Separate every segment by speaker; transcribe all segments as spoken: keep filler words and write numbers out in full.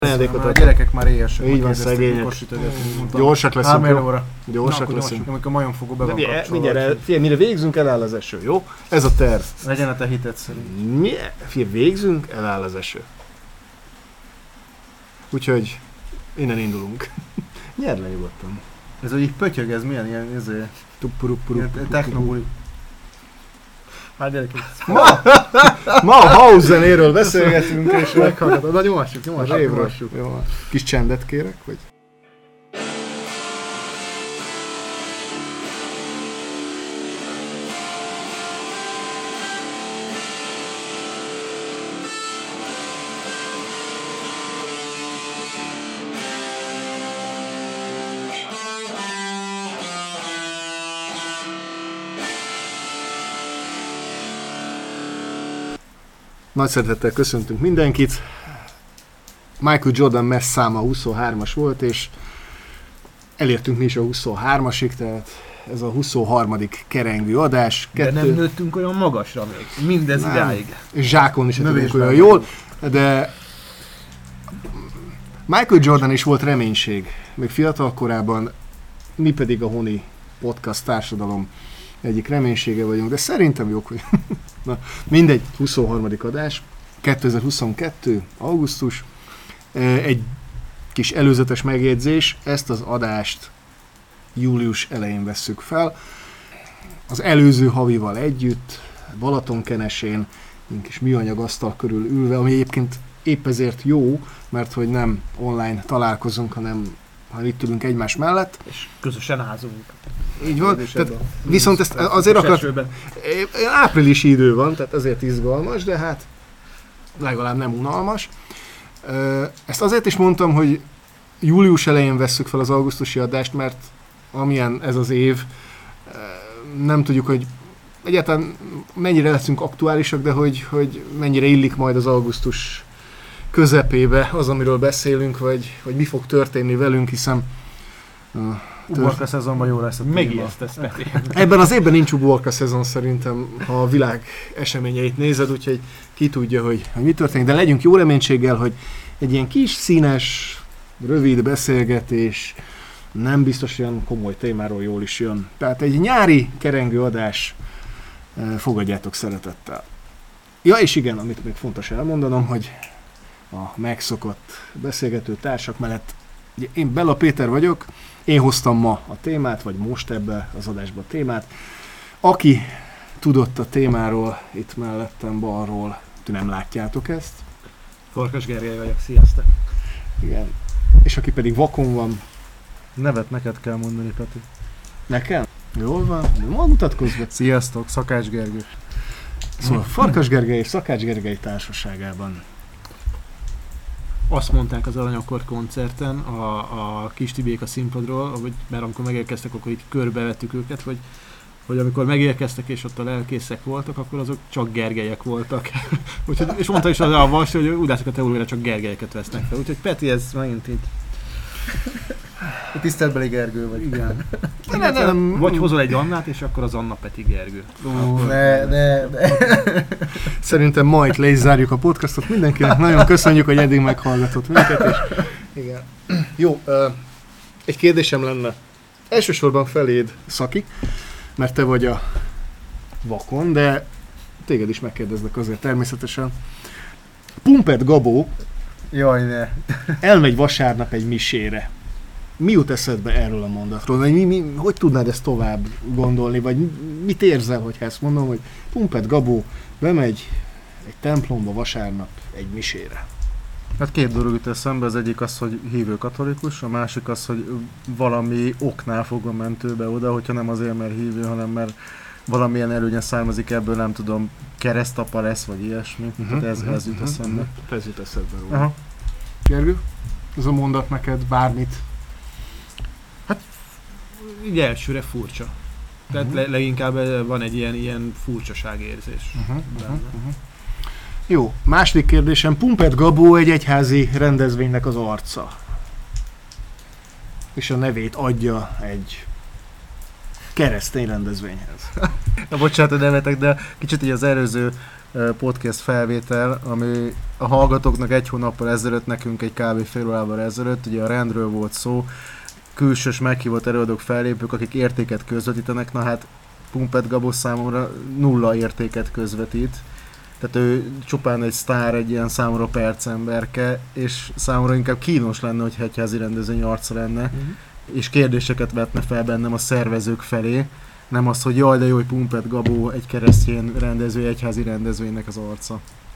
Speaker 1: Ajándékot
Speaker 2: a gyerekek már éhesek.
Speaker 1: Így van, szegények. Gyorsak leszünk, jó? Gyorsak leszünk.
Speaker 2: Amikor a majomfogó be van kapcsolva.
Speaker 1: Mindjárt, figyelj, mire végzünk, eláll az eső, jó? Ez a terv.
Speaker 2: Legyen a te hited szerint.
Speaker 1: Mi? Figyelj, végzünk, eláll az eső. Úgyhogy innen indulunk. Nyerd le nyugodtan.
Speaker 2: Ez úgy pötyög, ez milyen ilyen, ezért...
Speaker 1: Tuppuruppuru.
Speaker 2: Technobuli. Hát gyerekek.
Speaker 1: Ma, ma a house zenéről beszélgetünk, és
Speaker 2: meghallgatod. Na nyomassuk, nyomassuk, nyomassuk.
Speaker 1: Jó, kis csendet kérek, vagy? Nagy szeretettel köszöntünk mindenkit. Michael Jordan messzáma huszonhármas volt, és elértünk mi is a huszonhármasig, tehát ez a huszonharmadik kerengő adás.
Speaker 2: De Kettő... nem nőttünk olyan magasra még, mindez nem. Idáig.
Speaker 1: És zsákon is tudunk olyan jól, de Michael Jordan is volt reménység, még fiatal korában, mi pedig a Honi Podcast társadalom egyik reménysége vagyunk, de szerintem jók, hogy na, mindegy, huszonharmadik adás, kétezer-huszonkettő. augusztus. Egy kis előzetes megjegyzés, ezt az adást július elején vesszük fel. Az előző havival együtt, Balatonkenesén, egy kis műanyag asztal körül ülve, ami egyébként épp ezért jó, mert hogy nem online találkozunk, hanem ha itt ülünk egymás mellett.
Speaker 2: És közösen házunk.
Speaker 1: Így van, tehát, viszont ezt azért akart... Áprilisi idő van, tehát azért izgalmas, de hát legalább nem unalmas. Ezt azért is mondtam, hogy július elején vesszük fel az augusztusi adást, mert amilyen ez az év, nem tudjuk, hogy egyáltalán mennyire leszünk aktuálisak, de hogy, hogy mennyire illik majd az augusztus közepébe az, amiről beszélünk, vagy, vagy mi fog történni velünk, hiszen
Speaker 2: uborka szezonban jó lesz a megijesztesz, Peti.
Speaker 1: Ebben az évben nincs uborka szezon szerintem, ha a világ eseményeit nézed, úgyhogy ki tudja, hogy, hogy mi történik. De legyünk jó reménységgel, hogy egy ilyen kis, színes, rövid beszélgetés nem biztos olyan komoly témáról jól is jön. Tehát egy nyári kerengő adás, fogadjátok szeretettel. Ja, és igen, amit még fontos elmondanom, hogy a megszokott beszélgető társak mellett én Bella Péter vagyok, én hoztam ma a témát, vagy most ebbe az adásba a témát. Aki tudott a témáról, itt mellettem balról, ti nem látjátok ezt.
Speaker 2: Farkas Gergely vagyok, sziasztok!
Speaker 1: Igen. És aki pedig vakon van.
Speaker 2: Nevet neked kell mondani, Peti.
Speaker 1: Nekem? Jól van, ma mutatkozz be.
Speaker 2: Sziasztok, Szakács Gergő.
Speaker 1: Szóval Farkas Gergely és Szakács Gergely társaságában.
Speaker 2: Azt mondták az Aranyakor koncerten a, a kis Tibék a színpadról, hogy, mert amikor megérkeztek, akkor így körbevettük őket, hogy, hogy amikor megérkeztek és ott a lelkészek voltak, akkor azok csak Gergelyek voltak. Úgyhogy, és mondta is az a vas, hogy úgy látszik a teológiára csak Gergelyeket vesznek fel. Úgyhogy Peti, ez megint így... Tiszteletbeli Gergő vagy. Igen.
Speaker 1: De ne, ne, nem.
Speaker 2: Vagy hozol egy Annát, és akkor az Anna Peti Gergő.
Speaker 1: Ó, ne, ne, ne. Szerintem ma itt le is zárjuk a podcastot. Mindenkinek nagyon köszönjük, hogy eddig meghallgatott minket. És... Igen. Jó, uh, egy kérdésem lenne. Elsősorban feléd, Szaki, mert te vagy a vakon, de téged is megkérdezlek azért természetesen. Pumped Gabó
Speaker 2: Jaj, ne.
Speaker 1: elmegy vasárnap egy misére. Mi jut eszedbe erről a mondatról? Vagy mi, mi, hogy tudnád ezt tovább gondolni? Vagy mit érzel, hogyha ezt mondom, hogy Pumped Gabó bemegy egy templomba vasárnap egy misére?
Speaker 3: Hát két dolog jut eszembe, az egyik az, hogy hívő katolikus, a másik az, hogy valami oknál fog a mentőbe oda, hogyha nem azért, mert hívő, hanem mert valamilyen előnye származik ebből, nem tudom, keresztapa lesz, vagy ilyesmi. Uh-huh, Tehát ez, uh-huh, ez jut uh-huh, eszembe.
Speaker 1: Uh-huh. Ez jut eszedbe róla. Uh-huh. Gergő? Ez a mondat neked bármit?
Speaker 2: Hát, így elsőre furcsa. Tehát uh-huh. le, leginkább van egy ilyen, ilyen furcsaságérzés. Uh-huh, uh-huh, uh-huh.
Speaker 1: Jó, második kérdésem. Pumped Gabó egy egyházi rendezvénynek az arca. És a nevét adja egy keresztény rendezvényhez.
Speaker 3: Na bocsánat, hogy nevetek, de kicsit így az előző podcast felvétel, ami a hallgatóknak egy hónappal ezelőtt, nekünk egy kb. Fél órával ezelőtt, ugye a rendről volt szó, külsős meghívott előadók, fellépők, akik értéket közvetítenek, na hát Pumped Gabó számomra nulla értéket közvetít. Tehát ő csupán egy sztár, egy ilyen számomra percemberke, és számomra inkább kínos lenne, hogy egyházi rendezvény arca lenne, uh-huh. és kérdéseket vetne fel bennem a szervezők felé, nem az, hogy jaj, de jó, hogy Pumped Gabó egy keresztény rendező, egyházi rendezvénynek az arca.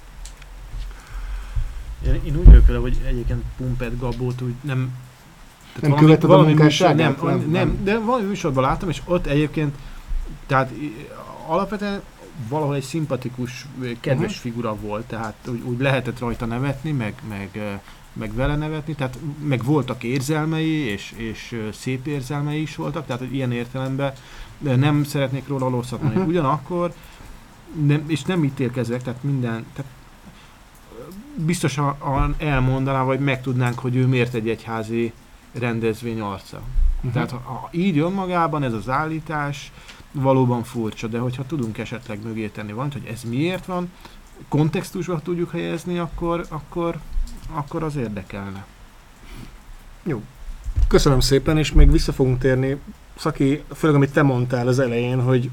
Speaker 2: Én, én úgy vagyok vele, hogy egyébként Pumped Gabót úgy nem...
Speaker 1: Nem követed a munkásságát?
Speaker 2: Nem,
Speaker 1: nem,
Speaker 2: nem, nem, de valami műsorban láttam, és ott egyébként, tehát alapvetően valahol egy szimpatikus, kedves uh-huh. figura volt, tehát úgy, úgy lehetett rajta nevetni, meg, meg, meg vele nevetni, tehát meg voltak érzelmei, és, és szép érzelmei is voltak, tehát ilyen értelemben nem szeretnék róla rosszat mondani. Uh-huh. Ugyanakkor, nem, és nem ítélkezek, tehát minden, tehát biztosan elmondaná, vagy megtudnánk, hogy ő miért egy egyházi rendezvény arca. Uh-huh. Tehát ha, ha így önmagában ez az állítás, valóban furcsa, de hogyha tudunk esetleg mögé tenni valamit, hogy ez miért van, kontextusba tudjuk helyezni, akkor, akkor, akkor az érdekelne.
Speaker 1: Jó. Köszönöm szépen, és még vissza fogunk térni, Szaki, főleg amit te mondtál az elején, hogy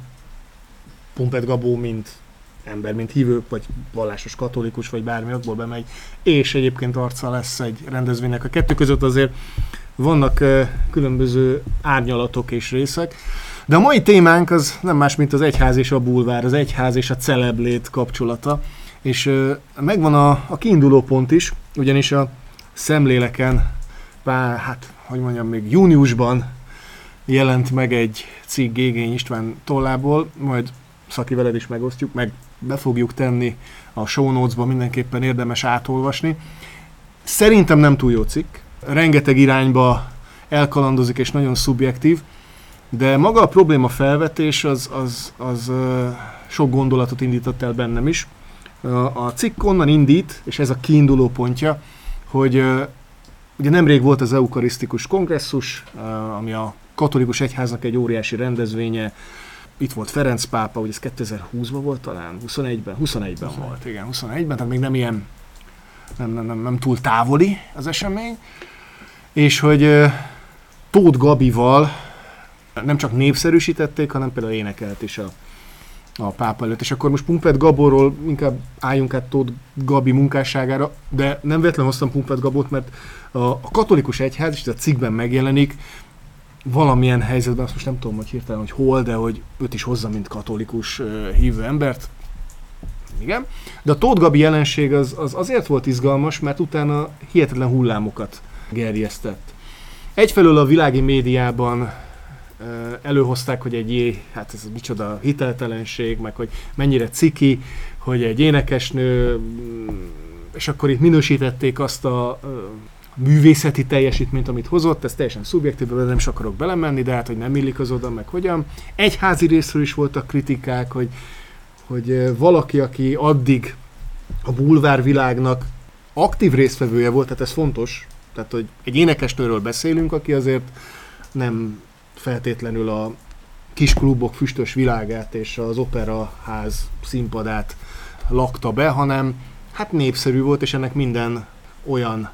Speaker 1: Pumped Gabó mint ember, mint hívő, vagy vallásos katolikus, vagy bármi okból bemegy, és egyébként arca lesz egy rendezvénynek. A kettő között azért vannak uh, különböző árnyalatok és részek. De a mai témánk az nem más, mint az egyház és a bulvár, az egyház és a celeblét kapcsolata. És uh, megvan a, a kiinduló pont is, ugyanis a Szemléleken, bár, hát, hogy mondjam, még júniusban jelent meg egy cikk Gégény István tollából, majd Szaki veled is megosztjuk, meg be fogjuk tenni a show notes-ba, mindenképpen érdemes átolvasni. Szerintem nem túl jó cikk, rengeteg irányba elkalandozik és nagyon szubjektív, de maga a probléma felvetés az, az, az uh, sok gondolatot indított el bennem is. Uh, a cikk onnan indít, és ez a kiinduló pontja, hogy uh, ugye nemrég volt az eukarisztikus kongresszus, uh, ami a katolikus egyháznak egy óriási rendezvénye. Itt volt Ferenc pápa, ugye ez kétezer-húszban volt talán, huszonegyben, huszonegyben volt, igen, huszonegyben, tehát még nem ilyen, nem, nem, nem, nem túl távoli az esemény. És hogy uh, Tóth Gabival nem csak népszerűsítették, hanem például énekelt is a, a pápa előtt. És akkor most Pumped Gaborról inkább álljunk át Tóth Gabi munkásságára, de nem véletlenül hoztam Pumped Gabót, mert a, a katolikus egyház, és a cikkben megjelenik, valamilyen helyzetben, azt most nem tudom, hogy hirtelen, hogy hol, de hogy őt is hozza, mint katolikus uh, hívő embert. Igen. De a Tóth Gabi jelenség az, az azért volt izgalmas, mert utána hihetetlen hullámokat gerjesztett. Egyfelől a világi médiában uh, előhozták, hogy egy jé, hát ez micsoda hiteltelenség, meg hogy mennyire ciki, hogy egy énekesnő, és akkor itt minősítették azt a uh, művészeti teljesítményt, amit hozott, ez teljesen szubjektív, de nem is akarok belemenni, de hát, hogy nem illik az oda, meg hogyan. Egyházi részről is voltak kritikák, hogy, hogy valaki, aki addig a bulvárvilágnak aktív résztvevője volt, tehát ez fontos, tehát, hogy egy énekesnőről beszélünk, aki azért nem feltétlenül a kis klubok füstös világát és az operaház színpadát lakta be, hanem hát népszerű volt, és ennek minden olyan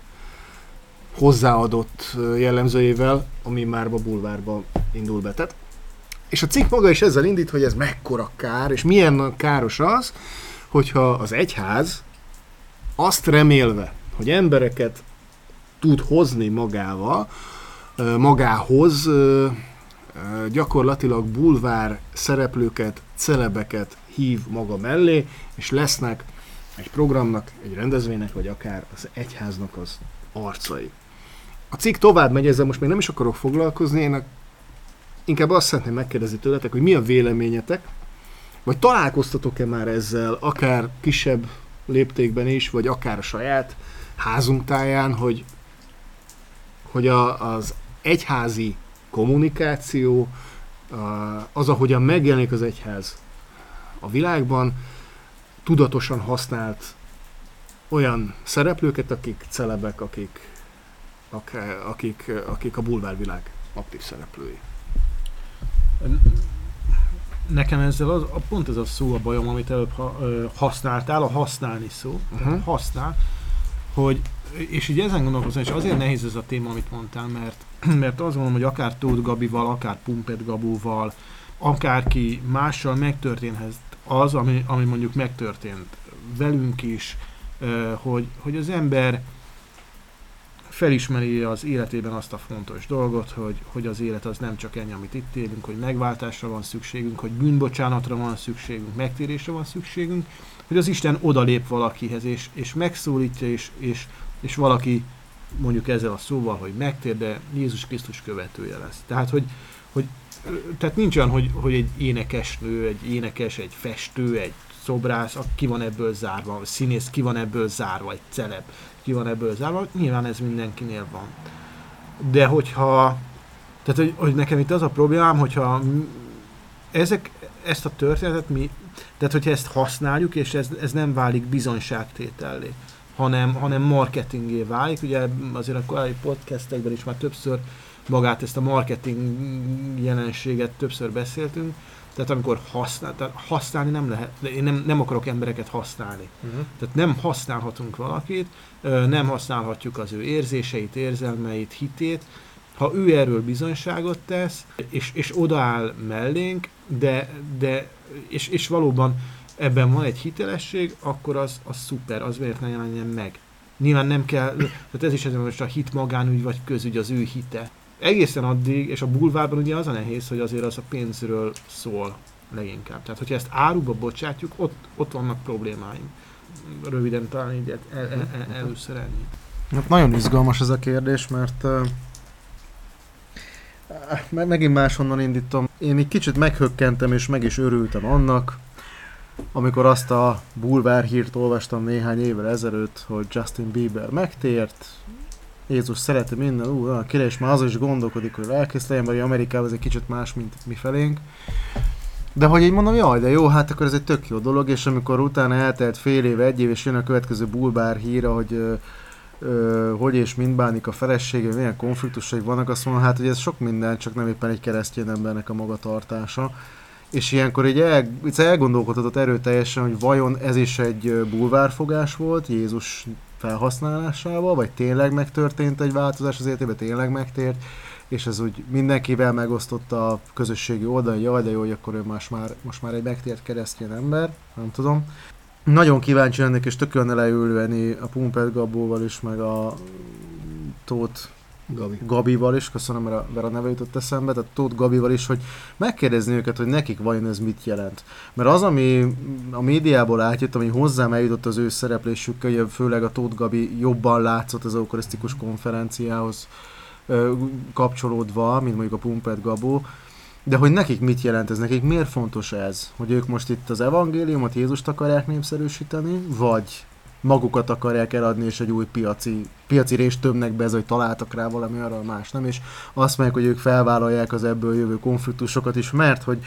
Speaker 1: hozzáadott jellemzőjével, ami már a bulvárba indul be. Tehát, és a cikk maga is ezzel indít, hogy ez mekkora kár, és milyen káros az, hogyha az egyház azt remélve, hogy embereket tud hozni magával, magához, gyakorlatilag bulvár szereplőket, celebeket hív maga mellé, és lesznek egy programnak, egy rendezvénynek, vagy akár az egyháznak az arcai. A cikk tovább megy, ezzel most még nem is akarok foglalkozni, én a, inkább azt szeretném megkérdezni tőletek, hogy mi a véleményetek, vagy találkoztatok-e már ezzel, akár kisebb léptékben is, vagy akár a saját házunk táján, hogy, hogy a, az egyházi kommunikáció, az, ahogyan megjelenik az egyház a világban, tudatosan használt olyan szereplőket, akik celebek, akik, akik, akik a bulvárvilág aktív szereplői.
Speaker 2: nekem ezzel az, a, pont ez a szó a bajom, amit előbb ha, ö, használtál, a használni szó, uh-huh. használ, hogy, és így ezen gondolkozom, és azért nehéz ez a téma, amit mondtál, mert, mert azt gondolom, hogy akár Tóth Gabival, akár Pumped Gabóval, akárki mással megtörténhet az, ami, ami mondjuk megtörtént velünk is, ö, hogy, hogy az ember felismeri az életében azt a fontos dolgot, hogy, hogy az élet az nem csak ennyi, amit itt élünk, hogy megváltásra van szükségünk, hogy bűnbocsánatra van szükségünk, megtérésre van szükségünk, hogy az Isten odalép valakihez, és, és megszólítja, és, és, és valaki mondjuk ezzel a szóval, hogy megtér, de Jézus Krisztus követője lesz. Tehát, hogy, hogy tehát nincs olyan, hogy, hogy egy énekesnő, egy énekes, egy festő, egy szobrász, ki van ebből zárva, színész ki van ebből zárva, egy celeb ki van ebből zárva, nyilván ez mindenkinél van. De hogyha, tehát hogy, hogy nekem itt az a problémám, hogyha ezek, ezt a történetet mi, tehát hogyha ezt használjuk, és ez, ez nem válik bizonyságtétellé, hanem, hanem marketingé válik, ugye azért a korábbi podcastekben is már többször magát ezt a marketing jelenséget többször beszéltünk, tehát amikor használ, tehát használni nem lehet, én nem, nem akarok embereket használni. Uh-huh. Tehát nem használhatunk valakit, nem használhatjuk az ő érzéseit, érzelmeit, hitét. Ha ő erről bizonyságot tesz, és, és odaáll mellénk, de, de és, és valóban ebben van egy hitelesség, akkor az, az szuper, az miért ne jelenjen meg. Nyilván nem kell, tehát ez is ez most a hit magánügy vagy közügy, az ő hite. Egészen addig, és a bulvárban ugye az a nehéz, hogy azért az a pénzről szól leginkább. Tehát, hogyha ezt áruba bocsátjuk, ott, ott vannak problémáim. Röviden talán így el, el, el, először ennyi.
Speaker 3: Hát nagyon izgalmas ez a kérdés, mert uh, megint máshonnan indítom. Én egy kicsit meghökkentem és meg is örültem annak, amikor azt a bulvár hírt olvastam néhány évvel ezelőtt, hogy Justin Bieber megtért, Jézus szereti minden, ú, olyan király, és már az is gondolkodik, hogy elkész legyen, mert Amerikában ez egy kicsit más, mint mi felénk. De hogy így mondom, jaj, de jó, hát akkor ez egy tök jó dolog, és amikor utána eltelt fél év, egy év, és jön a következő bulvár híra, hogy ö, ö, hogy és mind bánik a felesége, milyen konfliktusai vannak, azt mondom, hát hogy ez sok minden, csak nem éppen egy keresztény embernek a magatartása. És ilyenkor így el, elgondolkodhatott erőteljesen, hogy vajon ez is egy bulvárfogás volt Jézus felhasználásával, vagy tényleg megtörtént egy változás az életében, tényleg megtért, és ez úgy mindenkivel megosztotta a közösségi oldalon, jaj, de jó, hogy akkor ő most már, most már egy megtért keresztény ember, nem tudom. Nagyon kíváncsi lennék, és tökön leülni a Pumped Gabóval is, meg a Tóth
Speaker 1: Gabi.
Speaker 3: Gabival is, köszönöm, mert a, mert a neve jutott eszembe, tehát Tóth Gabival is, hogy megkérdezni őket, hogy nekik vajon ez mit jelent. Mert az, ami a médiából átjött, ami hozzám eljutott az ő szereplésükkel, ugye főleg a Tóth Gabi jobban látszott az eukarisztikus konferenciához ö, kapcsolódva, mint mondjuk a Pumped Gabó, de hogy nekik mit jelent ez, nekik miért fontos ez? Hogy ők most itt az evangéliumot, Jézust akarják népszerűsíteni, vagy magukat akarják eladni, és egy új piaci, piaci részt tömnek be, ez, hogy találtak rá valami arra más, nem? És azt mondják, hogy ők felvállalják az ebből jövő konfliktusokat is, mert hogy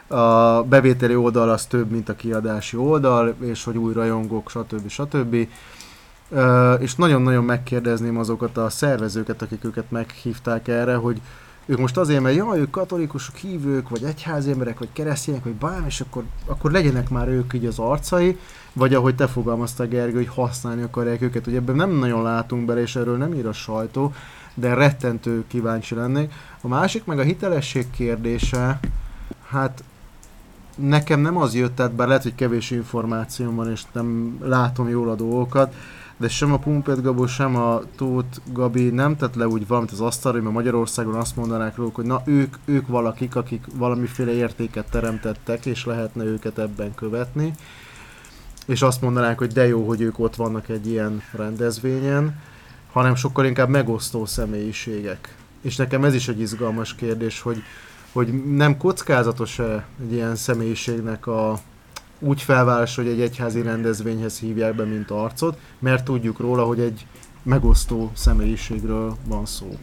Speaker 3: a bevételi oldal az több, mint a kiadási oldal, és hogy új rajongók, stb. stb. Uh, és nagyon-nagyon megkérdezném azokat a szervezőket, akik őket meghívták erre, hogy ők most azért, mert jaj, ők katolikusok, hívők, vagy egyházi emberek, vagy keresztények, vagy bármi, és akkor, akkor legyenek már ők így az arcai, vagy ahogy te fogalmaztál, Gergő, hogy használni akarják őket, hogy ebben nem nagyon látunk bele, és erről nem ír a sajtó, de rettentő kíváncsi lennék. A másik meg a hitelesség kérdése, hát nekem nem az jött, tehát bár lehet, hogy kevés információm van, és nem látom jól a dolgokat, de sem a Pumped Gabó, sem a Tóth Gabi nem tett le úgy valamit az asztalra, hogy Magyarországon azt mondanák róluk, hogy na ők, ők valakik, akik valamiféle értéket teremtettek, és lehetne őket ebben követni. És azt mondanák, hogy de jó, hogy ők ott vannak egy ilyen rendezvényen, hanem sokkal inkább megosztó személyiségek. És nekem ez is egy izgalmas kérdés, hogy, hogy nem kockázatos-e egy ilyen személyiségnek a úgy felvállalás, hogy egy egyházi rendezvényhez hívják be, mint arcot, mert tudjuk róla, hogy egy megosztó személyiségről van szó.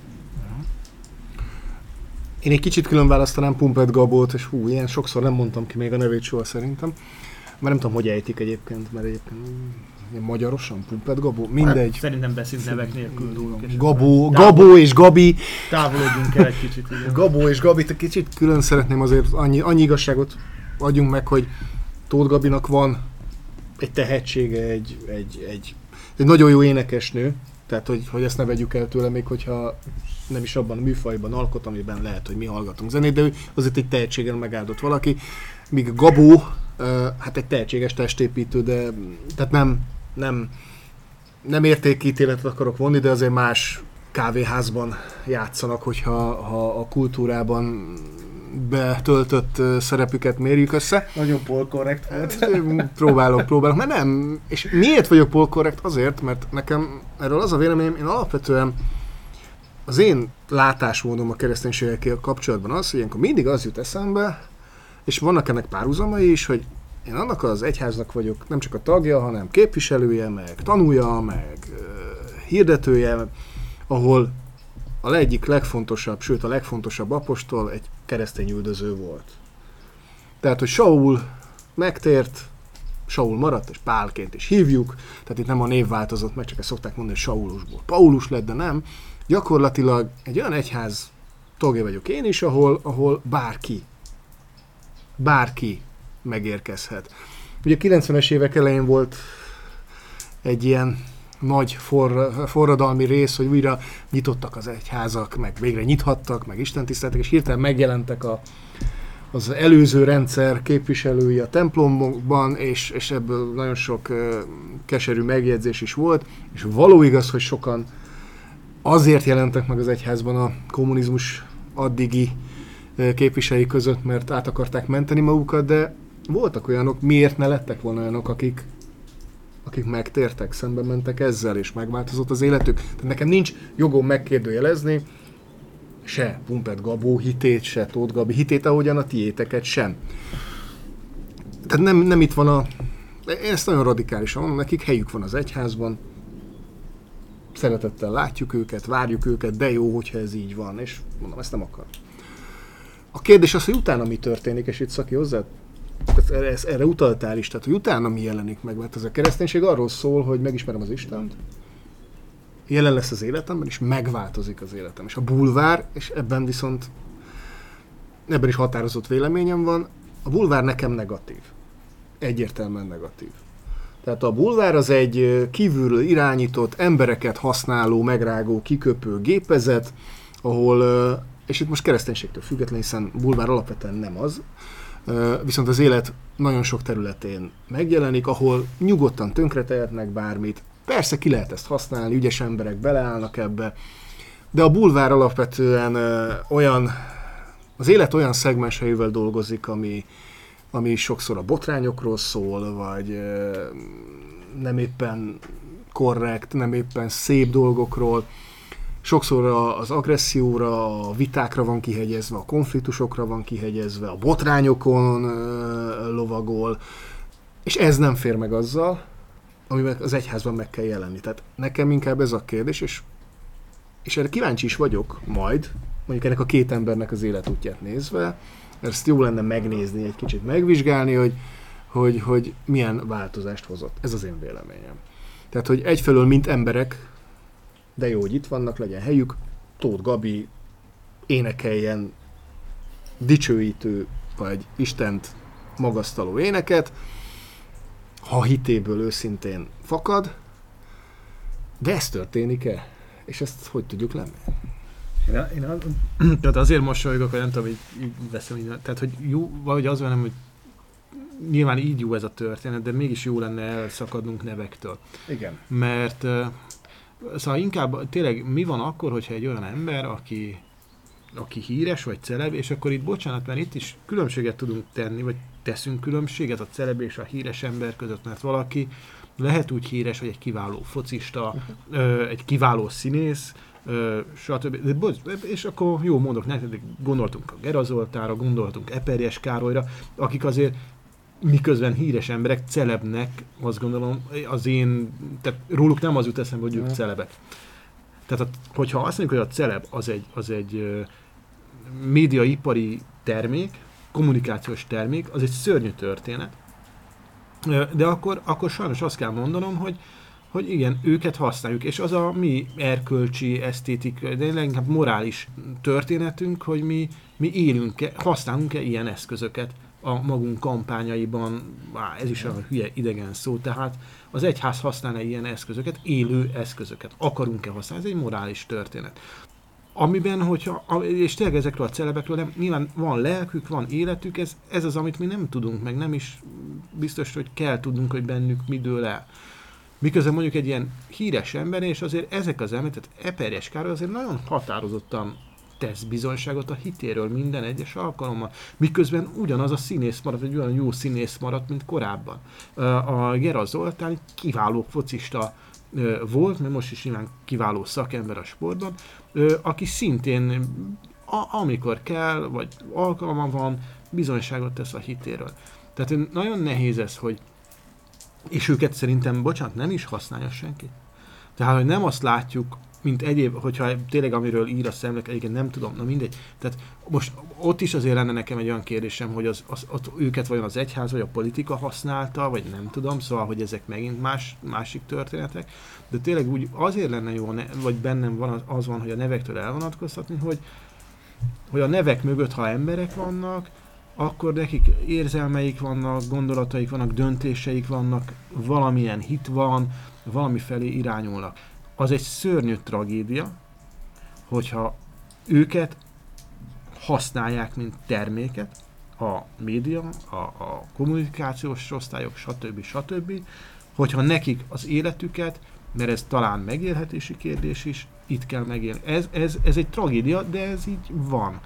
Speaker 1: Én egy kicsit külön választanám Pumped Gabót, és hú, ilyen sokszor nem mondtam ki még a nevét soha szerintem. Már nem tudom, hogy ejtik egyébként, mert egyébként magyarosan Pumped Gabó, mindegy.
Speaker 2: Hát, szerintem beszélünk nevek nélkül róluk.
Speaker 1: Gabó, Gabó és Gabi.
Speaker 2: Távolodjunk el egy kicsit. Igen.
Speaker 1: Gabó és Gabi, kicsit külön szeretném azért annyi, annyi igazságot adjunk meg, hogy Tóth Gabinak van egy tehetsége, egy, egy, egy, egy nagyon jó énekesnő, tehát hogy, hogy ezt ne vegyük el tőle, még hogyha nem is abban a műfajban alkot, amiben lehet, hogy mi hallgatunk zenét, de ő azért egy tehetséggel megáldott valaki, míg Gabó, hát egy tehetséges testépítő, de tehát nem, nem, nem értékítéletet akarok vonni, de azért más kávéházban játszanak, hogyha ha a kultúrában betöltött szerepüket mérjük össze.
Speaker 3: Nagyon polkorrekt volt.
Speaker 1: Próbálok, próbálok, mert nem. És miért vagyok polkorrekt? Azért, mert nekem erről az a véleményem, én alapvetően az én látásmódom a kereszténységekkel kapcsolatban az, hogy ilyenkor mindig az jut eszembe, és vannak ennek párhuzamai is, hogy én annak az egyháznak vagyok nem csak a tagja, hanem képviselője, meg tanúja, meg uh, hirdetője, ahol a egyik legfontosabb, sőt a legfontosabb apostol egy keresztény üldöző volt. Tehát, hogy Saul megtért, Saul maradt, és Pálként is hívjuk, tehát itt nem a név változott meg, csak ezt szokták mondani, hogy Saulusból Paulus lett, de nem. Gyakorlatilag egy olyan egyház tagja vagyok én is, ahol, ahol bárki, bárki megérkezhet. Ugye a kilencvenes évek elején volt egy ilyen nagy forra, forradalmi rész, hogy újra nyitottak az egyházak, meg végre nyithattak, meg istentiszteltek, és hirtelen megjelentek a, az előző rendszer képviselői a templomban, és, és ebből nagyon sok uh, keserű megjegyzés is volt, és való igaz, hogy sokan azért jelentek meg az egyházban a kommunizmus addigi uh, képviselői között, mert át akarták menteni magukat, de voltak olyanok, miért ne lettek volna olyanok, akik akik megtértek, szembe mentek ezzel, és megváltozott az életük. Tehát nekem nincs jogom megkérdőjelezni se Pumpert Gabó hitét, se Tóth Gabi hitét, ahogyan a tiéteket sem. Tehát nem, nem itt van a... Én ezt nagyon radikálisan mondom, nekik helyük van az egyházban, szeretettel látjuk őket, várjuk őket, de jó, hogyha ez így van, és mondom, ezt nem akar. A kérdés az, hogy utána mi történik, és itt Szaki hozzá Erre, erre utaltál is, tehát hogy utána mi jelenik meg, mert ez a kereszténység arról szól, hogy megismerem az Istent, jelen lesz az életemben, és megváltozik az életem. És a bulvár, és ebben viszont, ebben is határozott véleményem van, a bulvár nekem negatív. Egyértelműen negatív. Tehát a bulvár az egy kívülről irányított, embereket használó, megrágó, kiköpő gépezet, ahol, és itt most kereszténységtől független, hiszen bulvár alapvetően nem az, viszont az élet nagyon sok területén megjelenik, ahol nyugodtan tönkretehetnek bármit. Persze ki lehet ezt használni, ügyes emberek beleállnak ebbe, de a bulvár alapvetően olyan, az élet olyan szegmenseivel dolgozik, ami, ami sokszor a botrányokról szól, vagy nem éppen korrekt, nem éppen szép dolgokról. Sokszor az agresszióra, a vitákra van kihegyezve, a konfliktusokra van kihegyezve, a botrányokon lovagol, és ez nem fér meg azzal, amiben az egyházban meg kell jelenni. Tehát nekem inkább ez a kérdés, és, és erre kíváncsi is vagyok majd, mondjuk ennek a két embernek az életútját nézve, ezt jó lenne megnézni, egy kicsit megvizsgálni, hogy, hogy, hogy milyen változást hozott. Ez az én véleményem. Tehát, hogy egyfelől mint emberek, de jó, hogy itt vannak, legyen helyük, Tóth Gabi énekeljen dicsőítő, vagy Istent magasztaló éneket, ha hitéből őszintén fakad, de ez történik-e? És ezt hogy tudjuk lenni?
Speaker 2: Én, én az, tehát azért mosolygok, hogy nem tudom, hogy így veszem így, tehát hogy jó, valahogy az van, hogy nyilván így jó ez a történet, de mégis jó lenne elszakadnunk nevektől.
Speaker 1: Igen.
Speaker 2: Mert szóval inkább tényleg mi van akkor, hogyha egy olyan ember, aki, aki híres vagy celeb, és akkor itt bocsánat, mert itt is különbséget tudunk tenni, vagy teszünk különbséget a celeb és a híres ember között, mert valaki lehet úgy híres, hogy egy kiváló focista, uh-huh. egy kiváló színész, stb. És akkor jó mondok nektek, gondoltunk a Gera Zoltánra, gondoltunk Eperjes Károlyra, akik azért miközben híres emberek, celebnek, azt gondolom, az én, tehát róluk nem az jut eszembe, hogy ők celebek. Tehát, hogyha azt mondjuk, hogy a celeb az egy, az egy médiaipari termék, kommunikációs termék, az egy szörnyű történet. De akkor, akkor sajnos azt kell mondanom, hogy, hogy igen, őket használjuk, és az a mi erkölcsi, esztétikai, de leginkább morális történetünk, hogy mi, mi élünk-e, használunk-e ilyen eszközöket a magunk kampányaiban, ez is a hülye idegen szó, tehát az egyház használ-e ilyen eszközöket, élő eszközöket, akarunk-e használni, ez egy morális történet. Amiben, hogyha, és tényleg ezekről a celebekről nem, nyilván van lelkük, van életük, ez, ez az, amit mi nem tudunk, meg nem is biztos, hogy kell tudnunk, hogy bennük mi dől el. Miközben mondjuk egy ilyen híres ember, és azért ezek az emberek, tehát Eperjes Károly azért nagyon határozottan tesz bizonyságot a hitéről minden egyes alkalommal, miközben ugyanaz a színész maradt, egy olyan jó színész maradt, mint korábban. A Gera Zoltán kiváló focista volt, mert most is nyilván kiváló szakember a sportban, aki szintén, a, amikor kell, vagy alkalma van, bizonyságot tesz a hitéről. Tehát nagyon nehéz ez, hogy és őket szerintem, bocsánat, nem is használja senki. Tehát, hogy nem azt látjuk, mint egyéb, hogyha tényleg amiről ír a szemlek, egyébként nem tudom, na mindegy. Tehát most ott is azért lenne nekem egy olyan kérdésem, hogy az, az, ott őket vajon az egyház vagy a politika használta, vagy nem tudom, szóval, hogy ezek megint más, másik történetek. De tényleg úgy azért lenne jó, vagy bennem van az, az van, hogy a nevektől elvonatkoztatni, hogy, hogy a nevek mögött, ha emberek vannak, akkor nekik érzelmeik vannak, gondolataik vannak, döntéseik vannak, valamilyen hit van, valami felé irányulnak. Az egy szörnyű tragédia, hogyha őket használják, mint terméket, a média, a, a kommunikációs osztályok, stb. stb., hogyha nekik az életüket, mert ez talán megélhetési kérdés is, itt kell megélni. Ez, ez, ez egy tragédia, de ez így van.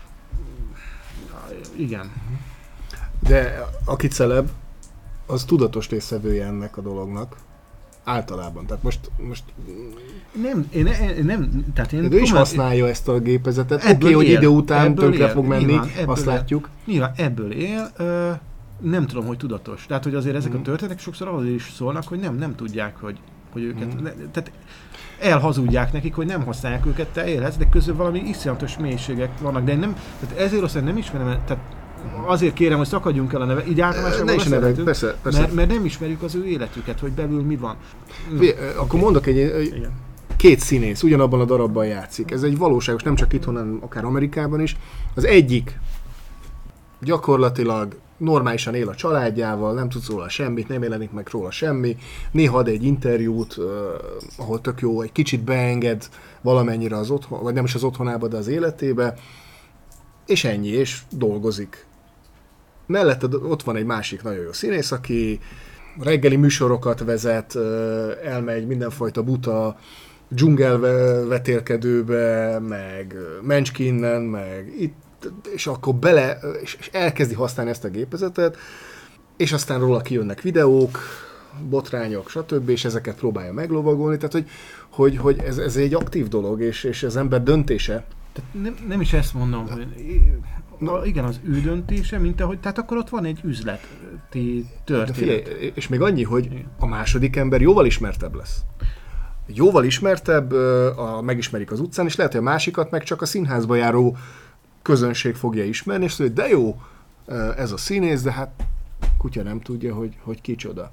Speaker 2: Igen.
Speaker 1: De aki celeb, az tudatos résztvevője ennek a dolognak. Általában. Tehát most... most
Speaker 2: nem, én, én nem... Tehát én
Speaker 1: ő is használja ezt a gépezetet. Oké, okay, hogy idő után tönkre fog menni, nyilván, azt él, látjuk.
Speaker 2: Nyilván ebből él, ö, nem tudom, hogy tudatos. Tehát, hogy azért ezek mm. a történetek sokszor azért is szólnak, hogy nem, nem tudják, hogy, hogy őket... Mm. Ne, tehát elhazudják nekik, hogy nem használják őket, te élhetsz, de közül valami iszonyatos mélységek vannak. De nem, tehát ezért aztán nem ismerem, tehát azért kérem, hogy szakadjunk el a neve, így általánosan beszélhetünk, persze, persze. Mert, mert nem ismerjük az ő életüket, hogy belül mi van.
Speaker 1: Fé, akkor mondok egy, egy két színész ugyanabban a darabban játszik. Ez egy valóságos, nem csak itthon, hanem akár Amerikában is. Az egyik gyakorlatilag normálisan él a családjával, nem tudsz róla semmit, nem jelenik meg róla semmi. Néha ad egy interjút, uh, ahol tök jó, egy kicsit beenged valamennyire az otthon, vagy nem is az otthonába, de az életébe. És ennyi, és dolgozik. Mellette ott van egy másik nagyon jó színész, aki reggeli műsorokat vezet, elmegy mindenfajta buta dzsungelvetélkedőbe, meg Menchkinnen, meg itt, és akkor bele, és elkezdi használni ezt a gépezetet, és aztán róla kijönnek videók, botrányok, stb., és ezeket próbálja meglovagolni, tehát hogy, hogy, hogy ez, ez egy aktív dolog, és, és az ember döntése.
Speaker 2: Tehát nem, nem is ezt mondom, hogy na, igen, az ő döntése, mint ahogy, tehát akkor ott van egy üzleti történet.
Speaker 1: Figyelj, és még annyi, hogy igen. A második ember jóval ismertebb lesz. Jóval ismertebb, a, megismerik az utcán, és lehet, hogy a másikat meg csak a színházba járó közönség fogja ismerni, és szóval, de jó, ez a színész, de hát kutya nem tudja, hogy, hogy kicsoda.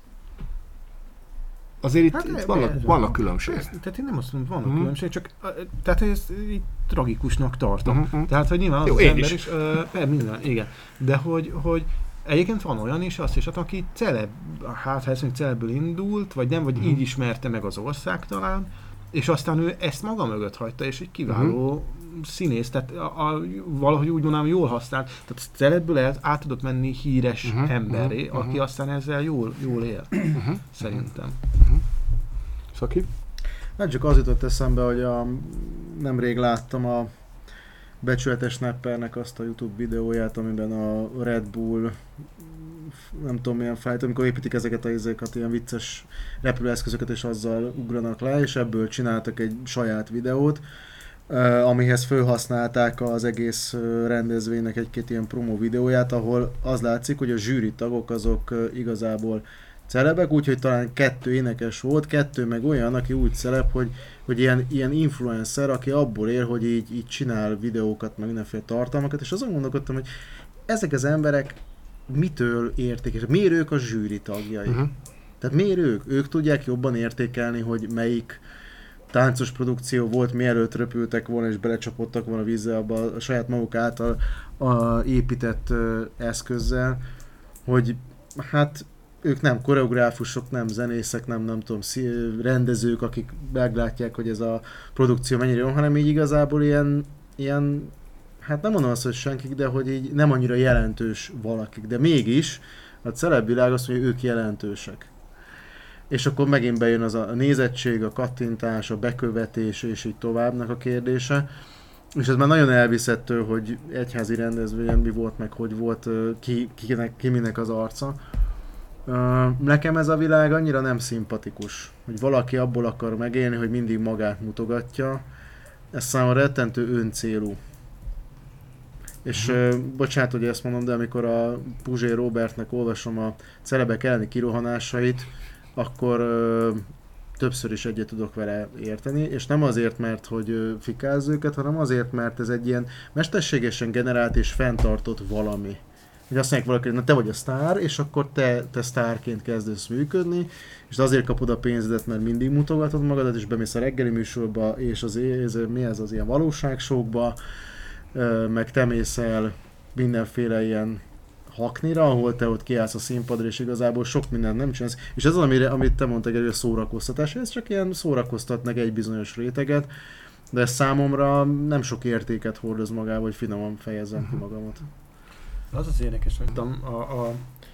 Speaker 1: Azért itt, hát itt vannak, ez vannak különbségek.
Speaker 2: Tehát én nem azt mondom, vannak uh-huh. különbségek, csak tehát ez így tragikusnak tartom. Uh-huh. Tehát, hogy nyilván az,
Speaker 1: jó,
Speaker 2: az ember
Speaker 1: is,
Speaker 2: is uh, minden, igen. De hogy, hogy egyébként van olyan is, azt is, hát, aki celeb, hát ha ezt mondjuk celebből indult, vagy nem, vagy uh-huh. így ismerte meg az ország talán, és aztán ő ezt maga mögött hagyta, és egy kiváló uh-huh. színész, tehát a, a, valahogy úgy mondanám, jól használt, tehát celebből el, át tudott menni híres uh-huh. emberré, uh-huh. aki aztán ezzel jól, jól él, uh-huh. szerintem.
Speaker 1: Uh-huh. Szaki?
Speaker 3: Hát csak az jutott eszembe, hogy a, nemrég láttam a Becsületes Snappernek azt a YouTube videóját, amiben a Red Bull, nem tudom milyen fájt, amikor építik ezeket a izékat, ilyen vicces repülőeszközöket, és azzal ugranak le, és ebből csináltak egy saját videót, amihez felhasználták az egész rendezvénynek egy-két ilyen promo videóját, ahol az látszik, hogy a zsűri tagok azok igazából celebek, úgyhogy talán kettő énekes volt, kettő meg olyan, aki úgy celeb, hogy, hogy ilyen, ilyen influencer, aki abból él, hogy így, így csinál videókat, meg mindenféle tartalmakat, és azon gondolkodtam, hogy ezek az emberek mitől értékes, miért ők a zsűri tagjai? Uh-huh. Tehát miért ők? Ők tudják jobban értékelni, hogy melyik táncos produkció volt, mielőtt röpültek volna és belecsapodtak volna a vízbe abba a saját maguk által a épített uh, eszközzel, hogy hát ők nem koreográfusok, nem zenészek, nem, nem tudom, szí- rendezők, akik meglátják, hogy ez a produkció mennyire jó, hanem így igazából ilyen, ilyen hát nem mondom azt, hogy senkik, de hogy így nem annyira jelentős valakik, de mégis a celebvilág azt mondja, hogy ők jelentősek. És akkor megint bejön az a nézettség, a kattintás, a bekövetés és így továbbnak a kérdése. És ez már nagyon elviszettő, hogy egyházi rendezvényen mi volt, meg hogy volt, ki, kinek, ki minek az arca. Nekem ez a világ annyira nem szimpatikus, hogy valaki abból akar megélni, hogy mindig magát mutogatja. Ez számomra rettentő öncélú. És uh, bocsánat, hogy ezt mondom, de amikor a Puzsé Robertnek olvasom a celebek elleni kirohanásait, akkor uh, többször is egyet tudok vele érteni, és nem azért, mert hogy uh, fikáz őket, hanem azért, mert ez egy ilyen mesterségesen generált és fenntartott valami. Hogy azt mondják valaki, hogy na te vagy a sztár, és akkor te, te sztárként kezdesz működni, és azért kapod a pénzedet, mert mindig mutogatod magadat, és bemész a reggeli műsorba, és az, ez, mi ez az ilyen valóságsókba, meg te mész el mindenféle ilyen haknira, ahol te ott kiállsz a színpadra, és igazából sok mindent nem csinálsz. És ez az, amire, amit te mondtad, hogy a szórakoztatás, ez csak ilyen szórakoztatnak egy bizonyos réteget, de ez számomra nem sok értéket hordoz magába, hogy finoman fejezzem ki magamat.
Speaker 2: Az az érdekes, hogy a, a,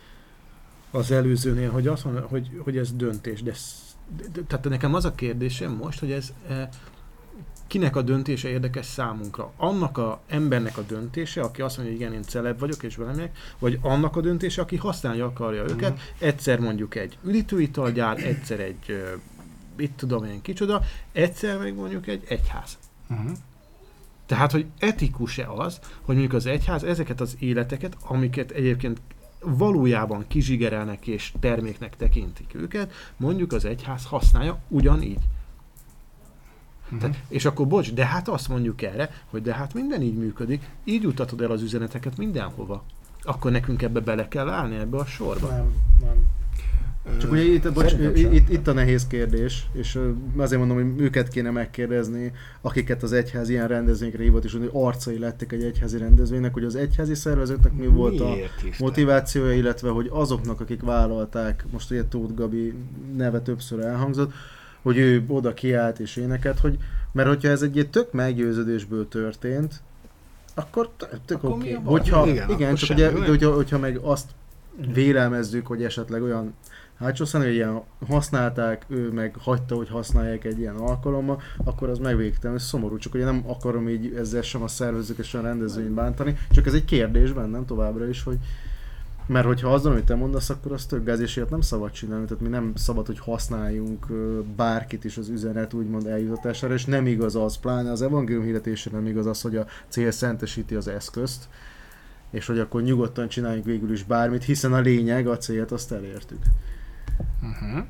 Speaker 2: az előzőnél, hogy azt mondja, hogy, hogy ez döntés, de, de tehát nekem az a kérdésem most, hogy ez e, kinek a döntése érdekes számunkra? Annak a embernek a döntése, aki azt mondja, hogy igen, én celeb vagyok és valamelyek, vagy annak a döntése, aki használni akarja őket, uh-huh. egyszer mondjuk egy üdítőitalgyár, egyszer egy, mit tudom én kicsoda, egyszer meg mondjuk egy egyház. Uh-huh. Tehát, hogy etikus-e az, hogy mondjuk az egyház ezeket az életeket, amiket egyébként valójában kizsigerelnek és terméknek tekintik őket, mondjuk az egyház használja ugyanígy. Uh-huh. Tehát, és akkor bocs, de hát azt mondjuk erre, hogy de hát minden így működik, így jutatod el az üzeneteket mindenhova. Akkor nekünk ebbe bele kell állni, ebbe a sorba?
Speaker 3: Nem, nem. Csak ugye itt, bocs, itt, itt a nehéz kérdés, és azért mondom, hogy őket kéne megkérdezni, akiket az egyház ilyen rendezvényekre hívott, és hogy arcai lettek egy egyházi rendezvénynek, hogy az egyházi szervezőknek mi volt a motivációja, illetve hogy azoknak, akik vállalták, most ugye Tóth Gabi neve többször elhangzott, hogy ő oda kiállt és énekelt, hogy, mert hogyha ez egy tök meggyőződésből történt, akkor tök oké. Okay. Hogyha, igen, igen csak ugye, hogyha, hogyha meg azt vélelmezzük, hogy esetleg olyan hátsó szán, hogy ilyen használták, ő meg hagyta, hogy használják egy ilyen alkalommal, akkor az megvégtelen, ez szomorú, csak ugye nem akarom így ezzel sem a szervezőket, sem a rendezvényt bántani, csak ez egy kérdés bennem továbbra is, hogy mert hogyha azon, amit te mondasz, akkor az tök gáz, és ilyet nem szabad csinálni, tehát mi nem szabad, hogy használjunk bárkit is az üzenet úgymond eljutatására, és nem igaz az, pláne az evangélium hirdetésre nem igaz az, hogy a cél szentesíti az eszközt, és hogy akkor nyugodtan csináljunk végül is bármit, hiszen a lényeg, a célt azt elértük.
Speaker 2: Uh-huh.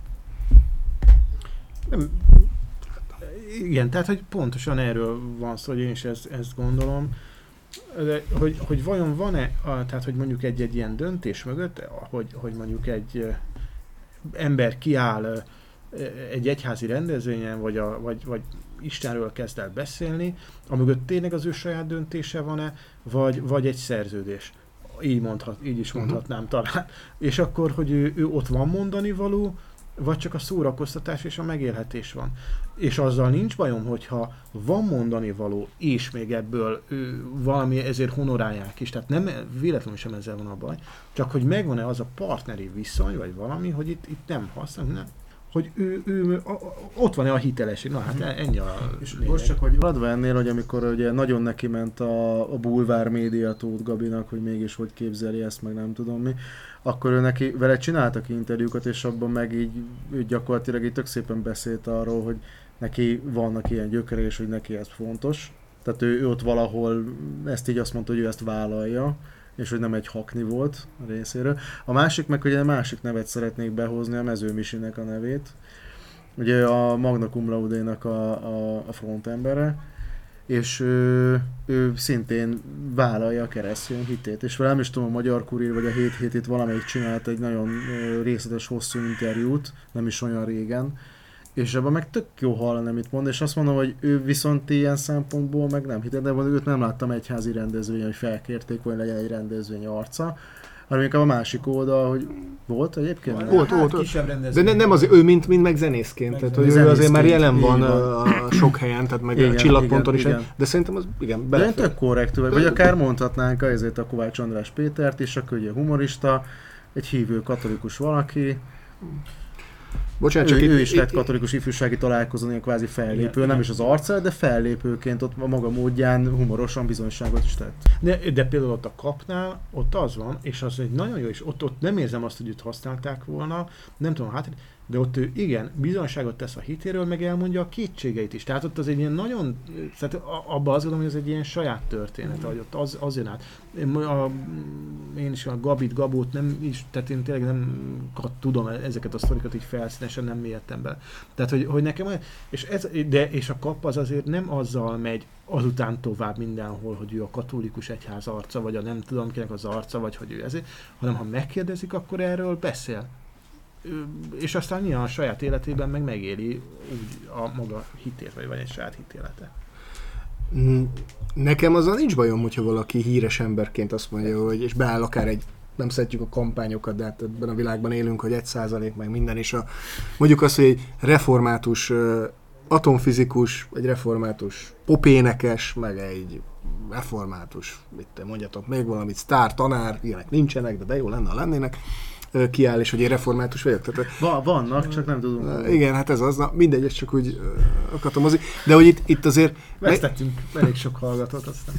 Speaker 2: Nem, igen, tehát hogy pontosan erről van szó, hogy én is ezt, ezt gondolom, de, hogy, hogy vajon van-e, a, tehát hogy mondjuk egy-egy ilyen döntés mögött, hogy, hogy mondjuk egy ember kiáll egy egyházi rendezvényen, vagy, a, vagy, vagy Istenről kezd el beszélni, amögött tényleg az ő saját döntése van-e, vagy, vagy egy szerződés. Így, mondhat, így is mondhatnám uh-huh. talán. És akkor, hogy ő, ő ott van mondani való, vagy csak a szórakoztatás és a megélhetés van. És azzal nincs bajom, hogyha van mondani való, és még ebből ő, valami ezért honorálják is. Tehát nem véletlenül sem ezzel van a baj, csak hogy megvan-e az a partneri viszony, vagy valami, hogy itt, itt nem használ, nem. Hogy ő, ő, a, a, ott van-e a hitelesség. Na hát ennyi a
Speaker 3: és most csak, hogy maradva ennél, hogy amikor ugye nagyon neki ment a, a bulvár média Tóth Gabinak, hogy mégis hogy képzeli ezt, meg nem tudom mi, akkor ő neki, vele csináltak interjúkat, és abban meg így ő gyakorlatilag így tök szépen beszélt arról, hogy neki vannak ilyen gyökere, és hogy neki ez fontos. Tehát ő, ő ott valahol ezt így azt mondta, hogy ő ezt vállalja, és hogy nem egy hakni volt a részéről. A másik meg, hogy egy másik nevet szeretnék behozni, a Mező Misinek a nevét. Ugye a Magna Cum Laude-nak a, a, a frontembere, és ő, ő szintén vállalja a keresztény hitét. És velem is tudom, a Magyar Kurír vagy a hét hétét valamelyik csinált egy nagyon részletes, hosszú interjút, nem is olyan régen, És ebben meg tök jó hallani, amit mond, és azt mondom, hogy ő viszont ilyen szempontból meg nem hitet, de őt nem láttam egyházi rendezvényen, hogy felkérték, hogy legyen egy rendezvény arca, hanem inkább a másik oldal, hogy volt egyébként?
Speaker 1: Volt, volt,
Speaker 2: hát,
Speaker 1: volt.
Speaker 2: kisebb
Speaker 1: De
Speaker 2: rendezvény.
Speaker 1: ne, nem azért ő, mint, mint meg zenészként,
Speaker 2: Meg
Speaker 1: tehát hogy ő
Speaker 3: zenészként,
Speaker 1: azért már jelen van
Speaker 3: így van.
Speaker 1: a, a sok helyen, tehát meg
Speaker 3: Igen,
Speaker 1: a csillagponton
Speaker 3: igen,
Speaker 1: is,
Speaker 3: igen.
Speaker 1: de szerintem az igen,
Speaker 3: De én
Speaker 1: belefér.
Speaker 3: tök korrektű vagy, vagy akár mondhatnánk ezért a Kovács András Pétert is, aki ugye humorista, egy hívő katolikus valaki.
Speaker 1: Bocsánat,
Speaker 3: Ő,
Speaker 1: csak
Speaker 3: ő
Speaker 1: itt,
Speaker 3: is
Speaker 1: itt,
Speaker 3: lett katolikus ifjúsági találkozón ilyen kvázi fellépő,
Speaker 2: Igen,
Speaker 3: nem
Speaker 2: igen.
Speaker 3: is az arccal, de fellépőként ott a maga módján humorosan bizonyságot is tett.
Speaker 2: De, de például ott a kapnál, ott az van, és az egy nagyon jó, és ott, ott nem érzem azt, hogy őt használták volna, nem tudom, hát, de ott ő igen, bizonyságot tesz a hitéről, meg elmondja a kétségeit is. Tehát ott az egy ilyen nagyon, tehát abban azt gondolom, hogy ez egy ilyen saját történet, hogy ott az, az jön át. Én, a, én is a Gabit, Gabót nem is, tehát én tényleg nem tudom ezeket a sztorikat így felszínesen, nem mélyedtem bele. Tehát, hogy, hogy nekem olyan, és, ez, de, és a kap az azért nem azzal megy azután tovább mindenhol, hogy ő a katolikus egyház arca, vagy a nem tudom kinek az arca, vagy hogy ő ezért, hanem ha megkérdezik, akkor erről beszél. És aztán nyilván a saját életében meg megéli úgy a maga hitét, vagy van egy saját hitélete.
Speaker 1: Nekem azzal nincs bajom, hogyha valaki híres emberként azt mondja, hogy és beáll akár egy, nem szeretjük a kampányokat, de hát ebben a világban élünk, hogy egy százalék meg minden, és a, mondjuk azt, hogy egy református atomfizikus, egy református popénekes, meg egy református, mit te mondjatok még valamit, sztár, tanár, ilyenek nincsenek, de de jó lenne, ha lennének, kiáll, és hogy én református vagyok. Tehát,
Speaker 3: Va, vannak, csak nem tudunk.
Speaker 1: igen, hát ez az, na, mindegy, ez csak úgy uh, akartam mozni. De hogy itt, itt azért...
Speaker 2: Vesztettünk elég sok hallgatót aztán.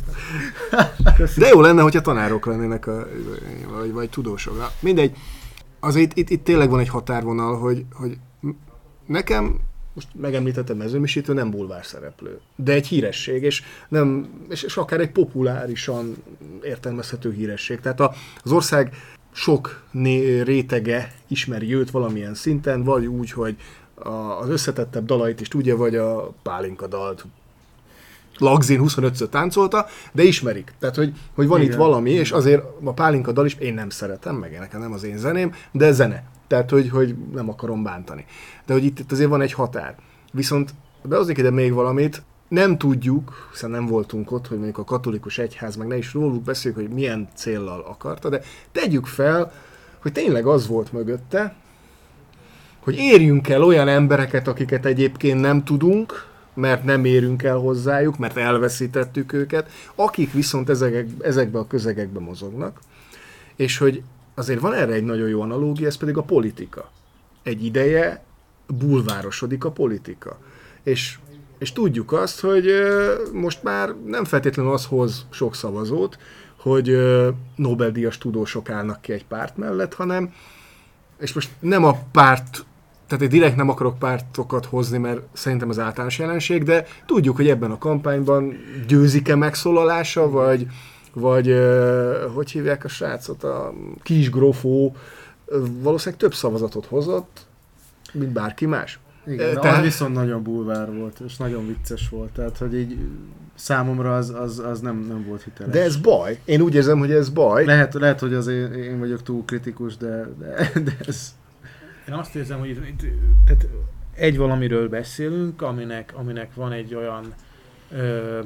Speaker 1: De jó lenne, hogyha tanárok lennének, a, vagy, vagy tudósok. Na, mindegy. Azért itt, itt, itt tényleg van egy határvonal, hogy, hogy nekem, most megemlítettem mezőmisítő, nem bulvár szereplő, de egy híresség, és, nem, és, és akár egy populárisan értelmezhető híresség. Tehát a, az ország sok né- rétege ismeri őt valamilyen szinten, vagy úgy, hogy a, az összetettebb dalait is tudja, vagy a Pálinka dalt Lagzin huszonötször táncolta, de ismerik. Tehát, hogy, hogy van
Speaker 3: Igen.
Speaker 1: itt valami, és azért a Pálinka dal is én nem szeretem, meg nekem nem az én zeném, de zene. Tehát, hogy, hogy nem akarom bántani. De hogy itt, itt azért van egy határ. Viszont behoznék ide még valamit, nem tudjuk, hiszen nem voltunk ott, hogy mondjuk a katolikus egyház, meg ne is róluk beszéljük, hogy milyen céllal akarta, de tegyük fel, hogy tényleg az volt mögötte, hogy érjünk el olyan embereket, akiket egyébként nem tudunk, mert nem érünk el hozzájuk, mert elveszítettük őket, akik viszont ezek, ezekben a közegekben mozognak, és hogy azért van erre egy nagyon jó analógia, ez pedig a politika. Egy ideje bulvárosodik a politika. És És tudjuk azt, hogy most már nem feltétlenül az hoz sok szavazót, hogy Nobel-díjas tudósok állnak ki egy párt mellett, hanem, és most nem a párt, tehát én direkt nem akarok pártokat hozni, mert szerintem ez általános jelenség, de tudjuk, hogy ebben a kampányban győzik-e megszólalása, vagy, vagy hogy hívják a srácot, a kisgrófó valószínűleg több szavazatot hozott, mint bárki más.
Speaker 3: Igen, de
Speaker 1: Tehát-
Speaker 3: az viszont nagyon bulvár volt, és nagyon vicces volt, tehát hogy így számomra az, az, az nem, nem volt hiteles.
Speaker 1: De ez baj. Én úgy érzem, hogy ez baj.
Speaker 3: Lehet, lehet hogy az én, én vagyok túl kritikus, de, de, de ez...
Speaker 2: Én azt érzem, hogy itt, itt, tehát egy valamiről beszélünk, aminek, aminek van egy olyan ö,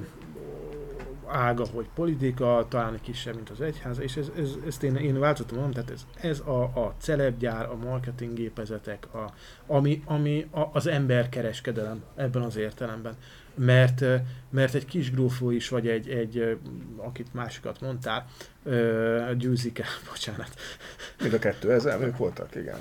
Speaker 2: ága, hogy politika, talán egy kisebb, mint az egyház, és ez, ez, ezt én, én változtam mondom, tehát ez, ez a, a celebgyár, a marketinggépezetek, a, ami, ami a, az emberkereskedelem ebben az értelemben. Mert, mert egy kis grófó is, vagy egy, egy akit másikat mondtál, győzik el, bocsánat.
Speaker 1: Mind a kettő, ez ők voltak, igen.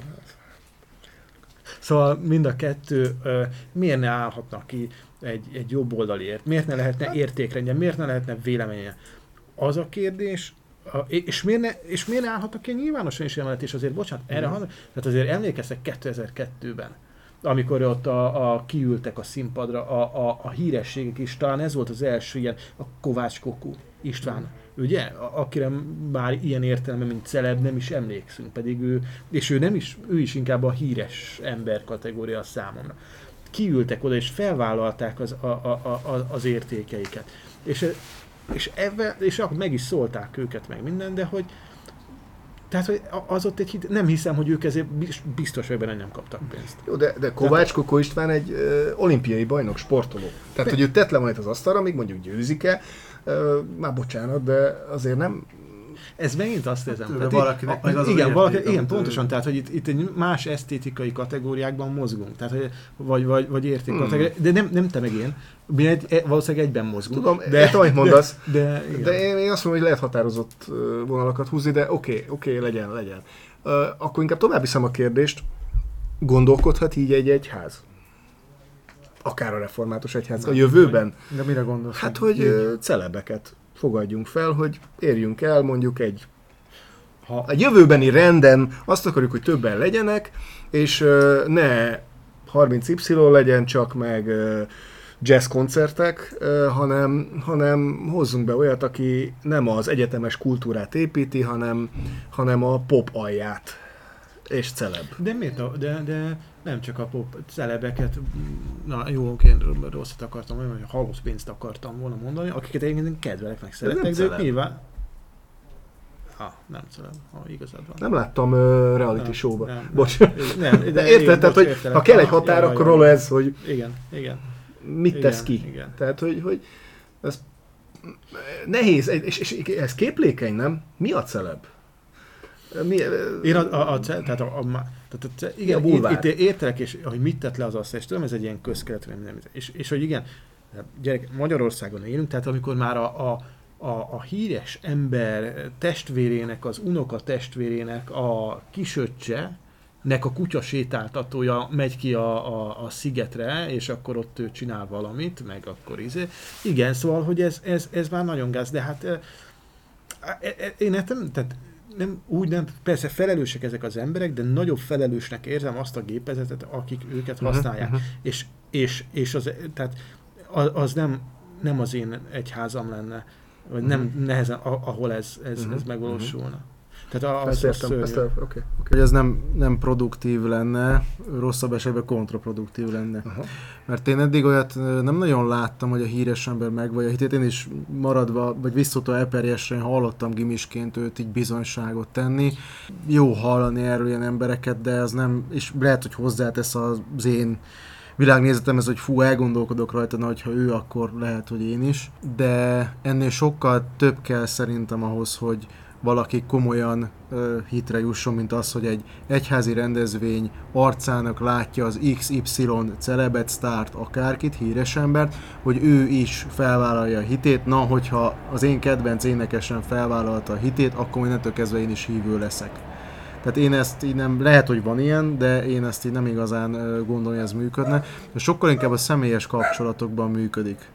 Speaker 2: Szóval mind a kettő, miért ne állhatnak ki egy, egy jobb oldaliért? Miért ne lehetne értékrendje? Miért ne lehetne véleménye? Az a kérdés, a, és, miért ne, és miért ne állhatnak ki nyilvánosan is emellett, és azért, bocsánat, erre mm. tehát azért emlékeztek kétezer-kettőben, amikor ott a, a, kiültek a színpadra a, a, a hírességek is, talán ez volt az első ilyen, a Kovács Kokú István, mm. ugye? A, akire már ilyen értelemben, mint celeb nem is emlékszünk, pedig ő, és ő nem is, ő is inkább a híres ember kategória számomra. Kiültek oda, és felvállalták az, a, a, a, az értékeiket. És, és, ebben, és akkor meg is szólták őket, meg minden, de hogy Tehát, hogy az ott egy hit, nem hiszem, hogy ők ezért biztos, hogy benne nem kaptak pénzt.
Speaker 1: Jó, de, de Kovács Kokó István egy ö, olimpiai bajnok, sportoló. Tehát, hogy ő tett le majd az asztalra, még mondjuk győzik-e, ö, már bocsánat, de azért nem...
Speaker 2: Ez megint azt érzem.
Speaker 3: Tehát valakinek meg az
Speaker 2: igen,
Speaker 3: az
Speaker 2: valaki,
Speaker 3: érték,
Speaker 2: igen,
Speaker 3: amit
Speaker 2: pontosan,
Speaker 3: ő...
Speaker 2: tehát, hogy itt, itt egy más esztétikai kategóriákban mozgunk, tehát, hogy, vagy, vagy, vagy érték
Speaker 1: Hmm.
Speaker 2: kategóriákban, de nem, nem te meg én, mi egy, valószínűleg egyben mozgunk.
Speaker 1: Tudom,
Speaker 2: de,
Speaker 1: értem, amit mondasz,
Speaker 2: de, de, igen.
Speaker 1: de én, én azt mondom, hogy lehet határozott ö, vonalakat húzni, de oké, okay, oké, okay, legyen, legyen. Ö, akkor inkább tovább viszem a kérdést, gondolkodhat így egy egyház? Akár a református egyház a jövőben?
Speaker 3: De mire gondolsz?
Speaker 1: Hát, hogy ö, celebeket fogadjunk fel, hogy érjünk el mondjuk egy
Speaker 2: Ha,
Speaker 1: a jövőbeni renden azt akarjuk, hogy többen legyenek, és ö, ne harminc ipszilon legyen csak, meg ö, jazz koncertek, ö, hanem, hanem hozzunk be olyat, aki nem az egyetemes kultúrát építi, hanem, hanem a pop alját, és celeb.
Speaker 2: de miért? A, de, de nem csak a pop celebeket, na jó, oké, rosszat akartam mondani, hogy halott pénzt akartam volna mondani, akiket egyébként kedvelek, meg szeretek,
Speaker 1: nem
Speaker 2: de ők
Speaker 1: celeb.
Speaker 2: nyilván... Ha, nem celeb, ha igazad van.
Speaker 1: Nem láttam uh, reality
Speaker 2: Nem,
Speaker 1: show-ba.
Speaker 2: nem,
Speaker 1: Bocs.
Speaker 2: nem, nem,
Speaker 1: De,
Speaker 2: de
Speaker 1: érted,
Speaker 2: igen,
Speaker 1: tehát,
Speaker 2: bocs,
Speaker 1: hogy
Speaker 2: értelek.
Speaker 1: ha kell egy
Speaker 2: Ah,
Speaker 1: határ,
Speaker 2: jaj,
Speaker 1: akkor
Speaker 2: jaj,
Speaker 1: róla
Speaker 2: jaj.
Speaker 1: ez, hogy
Speaker 2: Igen, igen.
Speaker 1: mit
Speaker 2: Igen,
Speaker 1: tesz ki.
Speaker 2: igen.
Speaker 1: Tehát, hogy, hogy ez nehéz, és, és ez képlékeny, nem? Mi a celeb? Mi,
Speaker 2: Én a, a, a, tehát a, a, tehát a, igen,
Speaker 1: a bulvár?
Speaker 2: itt, itt értelek, és hogy mit tett le az asztal, és tudom, ez egy ilyen közkeletű, nem, és, és hogy igen, gyerek, Magyarországon élünk, tehát amikor már a, a, a, a híres ember testvérének, az unoka testvérének a kisöccse, nek a kutya sétáltatója megy ki a, a, a szigetre, és akkor ott ő csinál valamit, meg akkor izé. Igen, szóval, hogy ez, ez, ez már nagyon gáz, de hát e, e, e, én nem, tehát nem, úgy nem, persze felelősek ezek az emberek, de nagyobb felelősnek érzem azt a gépezetet, akik őket használják.
Speaker 1: Uh-huh.
Speaker 2: És, és, és az, tehát az, az nem, nem az én egyházam lenne, vagy nem
Speaker 1: Uh-huh.
Speaker 2: nehezen, ahol ez, ez,
Speaker 1: Uh-huh.
Speaker 2: ez megvalósulna. Tehát a, az,
Speaker 1: Ezt
Speaker 2: az
Speaker 1: értem,
Speaker 2: szörnyű.
Speaker 1: ezt értem, oké.
Speaker 3: Hogy ez nem, nem produktív lenne, rosszabb esetben kontraproduktív lenne.
Speaker 1: Aha.
Speaker 3: Mert én eddig olyat ö, nem nagyon láttam, hogy a híres ember megvallja a hitét. Én is maradva, vagy visszató eperjesre hallottam gimisként őt így bizonyságot tenni. Jó hallani erről ilyen embereket, de az nem, és lehet, hogy hozzátesz az én világnézetemhez, hogy fú, elgondolkodok rajta, na, hogyha ő, akkor lehet, hogy én is. De ennél sokkal több kell szerintem ahhoz, hogy valaki komolyan ö, hitre jusson, mint az, hogy egy egyházi rendezvény arcának látja az iksz ipszilon celebet, sztárt, akárkit, híres embert, hogy ő is felvállalja a hitét. Na, hogyha az én kedvenc énekesen felvállalta a hitét, akkor innentől kezdve én is hívő leszek. Tehát én ezt így nem, lehet, hogy van ilyen, de én ezt így nem igazán ö, gondolom, hogy ez működne. De sokkal inkább a személyes kapcsolatokban működik.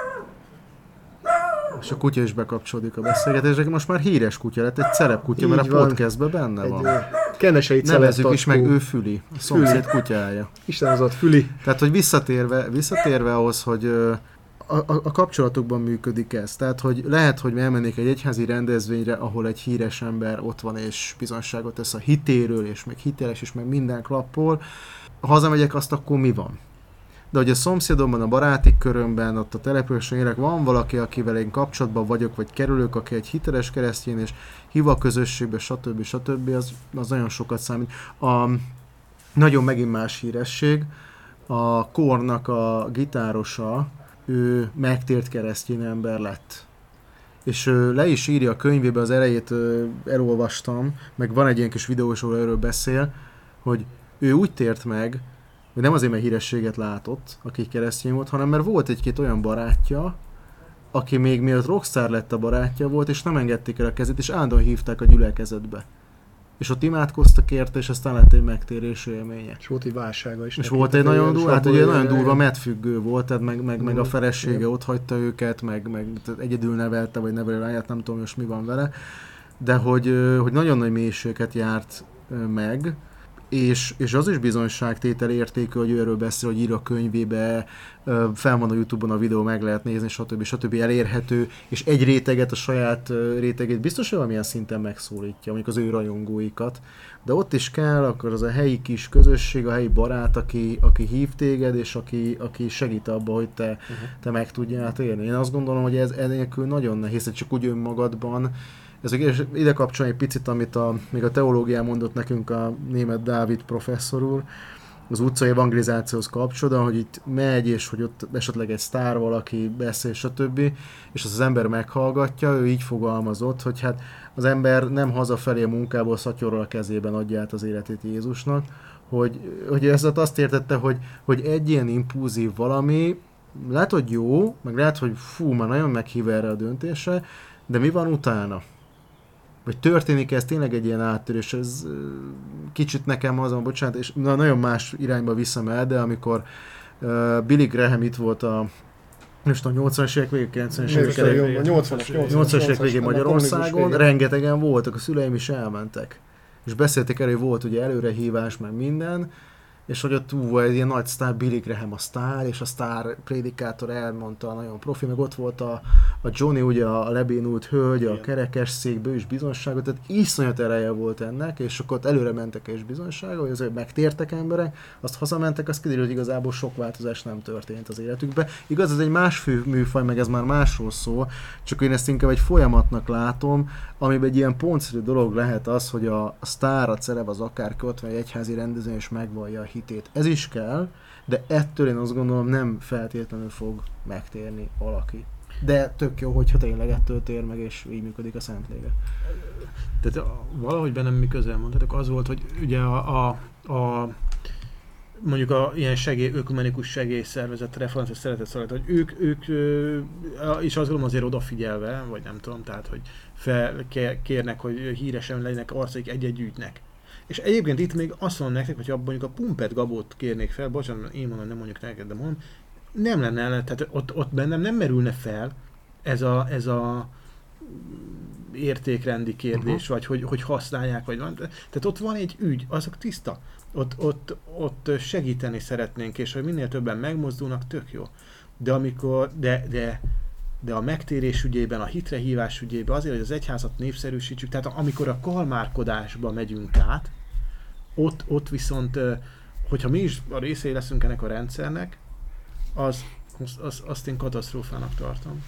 Speaker 3: És a kutya is bekapcsolódik a beszélgetésre. Most már híres kutya lett, egy celeb kutya,
Speaker 1: Így
Speaker 3: mert a
Speaker 1: van.
Speaker 3: podcastben benne van.
Speaker 1: Egy kenesei
Speaker 3: Nevezzük is meg,
Speaker 1: celebtartó.
Speaker 3: ő Füli, a szomszéd kutyája.
Speaker 1: Isten az ott Füli.
Speaker 3: Tehát, hogy visszatérve, visszatérve ahhoz, hogy ö, a, a, a kapcsolatokban működik ez. Tehát, hogy lehet, hogy elmennék egy egyházi rendezvényre, ahol egy híres ember ott van, és bizonyságot tesz a hitéről, és meg hiteles, és meg minden klappol. Ha hazamegyek, azt akkor mi van? De hogy a szomszédomban, a baráti körömben, ott a településen élek, van valaki, akivel én kapcsolatban vagyok, vagy kerülök, aki egy hiteles keresztény, és hív a közösségbe, stb. stb. Az, az nagyon sokat számít. A, nagyon megint más híresség, a Kornak a gitárosa, ő megtért keresztény ember lett. És ő le is írja a könyvébe, az elejét ö, elolvastam, meg van egy ilyen kis videós, ahol erről beszél, hogy ő úgy tért meg, hogy nem azért, mert hírességet látott, aki keresztény volt, hanem mert volt egy-két olyan barátja, aki még mielőtt rockstar lett a barátja volt, és nem engedték el a kezét, és állandóan hívták a gyülekezetbe. És ott imádkoztak érte, és aztán lett egy megtérés élménye.
Speaker 1: És volt egy válsága is.
Speaker 3: És
Speaker 1: neki,
Speaker 3: volt egy
Speaker 1: tehát
Speaker 3: nagyon
Speaker 1: ilyen
Speaker 3: durva, hát
Speaker 1: sabból
Speaker 3: ugye nagyon
Speaker 1: jön,
Speaker 3: durva
Speaker 1: jön.
Speaker 3: medfüggő volt, tehát meg, meg, meg a
Speaker 1: Mm,
Speaker 3: felesége
Speaker 1: igen.
Speaker 3: ott hagyta őket, meg, meg tehát egyedül nevelte, vagy nevelő lányát, nem tudom most mi van vele, de hogy, ö, hogy nagyon nagy mélységeket járt ö, meg, és, és az is bizonyságtétel értékű, hogy ő erről beszél, hogy ír a könyvébe, ö, fel van a YouTube-on a videó, meg lehet nézni, stb. stb. Elérhető, és egy réteget, a saját ö, rétegét biztos, hogy valamilyen szinten megszólítja, mondjuk az ő rajongóikat, de ott is kell akkor az a helyi kis közösség, a helyi barát, aki, aki hív téged, és aki, aki segít abba, hogy te, uh-huh. te meg tudjál élni. Én azt gondolom, hogy ez enélkül nagyon nehéz, hogy csak úgy önmagadban Ezek, és ide kapcsolni egy picit, amit a, még a teológián mondott nekünk a német Dávid professzor úr, az utcai evangelizációhoz kapcsolódóan, hogy itt megy, és hogy ott esetleg egy sztár valaki beszél, stb. És az, az ember meghallgatja, ő így fogalmazott, hogy hát az ember nem hazafelé a munkából szatyorral a kezében adja át az életét Jézusnak, hogy, hogy ez azt értette, hogy, hogy egy ilyen impulzív valami, lehet, hogy jó, meg lehet, hogy fú, már nagyon meghív erre a döntésre, de mi van utána? Vagy történik ez tényleg egy ilyen áttörés, ez kicsit nekem azon, bocsánat, és na, nagyon más irányba viszem el, de amikor uh, Billy Graham itt volt a most a nyolcvanas évek végén, kilencvenes évek nyolcvanas évek végén Magyarországon, rengetegen voltak, a szüleim is elmentek. És beszélték erről, hogy volt ugye előrehívás, meg minden, és hogy ott ú, egy ilyen nagy sztár, Billy Graham a sztár, és a sztár prédikátor elmondta, nagyon profi, meg ott volt a, a Johnny, ugye a lebénult hölgy, a kerekes székből is bizonságot, tehát iszonyat ereje volt ennek, és akkor ott előre mentek és bizonsága, hogy azért megtértek emberek, azt hazamentek, azt kiderül, hogy igazából sok változás nem történt az életükben. Igaz, ez egy más műfaj, meg ez már másról szól, csak én ezt inkább egy folyamatnak látom, amiben egy ilyen pontszerű dolog lehet az, hogy a, a sztár, a celeb, az akárki ott van egy egyházi rendezvény, és megvallja a hitét. Ez is kell, de ettől én azt gondolom nem feltétlenül fog megtérni valaki. De tök jó, hogyha tényleg ettől tér meg, és így működik a Szentlége.
Speaker 2: Tehát a, valahogy bennem mi közel mondhatok, az volt, hogy ugye a, a, a mondjuk a ilyen segély, ökumenikus segélyszervezet, referencia szeretett szolgálat, hogy ők, ők és azt gondolom azért odafigyelve, vagy nem tudom, tehát hogy felkérnek, hogy híresen legyenek arcaik, egy-egy gyűjtnek. És egyébként itt még azt mondom nektek, hogy mondjuk a Pumpet Gabót kérnék fel, bocsánat, én mondom, nem mondjuk neked, de mondom, nem lenne, tehát ott, ott bennem nem merülne fel ez a, ez a értékrendi kérdés, uh-huh. vagy hogy, hogy használják, vagy van. Tehát ott van egy ügy, azok tiszta. Ott, ott, ott segíteni szeretnénk, és hogy minél többen megmozdulnak, tök jó. De amikor, de, de, de a megtérés ügyében, a hitrehívás ügyében, azért, hogy az egyházat népszerűsítsük, tehát amikor a kalmárkodásba megyünk át, ott, ott viszont, hogyha mi is a részei leszünk ennek a rendszernek, az, az, azt én katasztrófának tartom.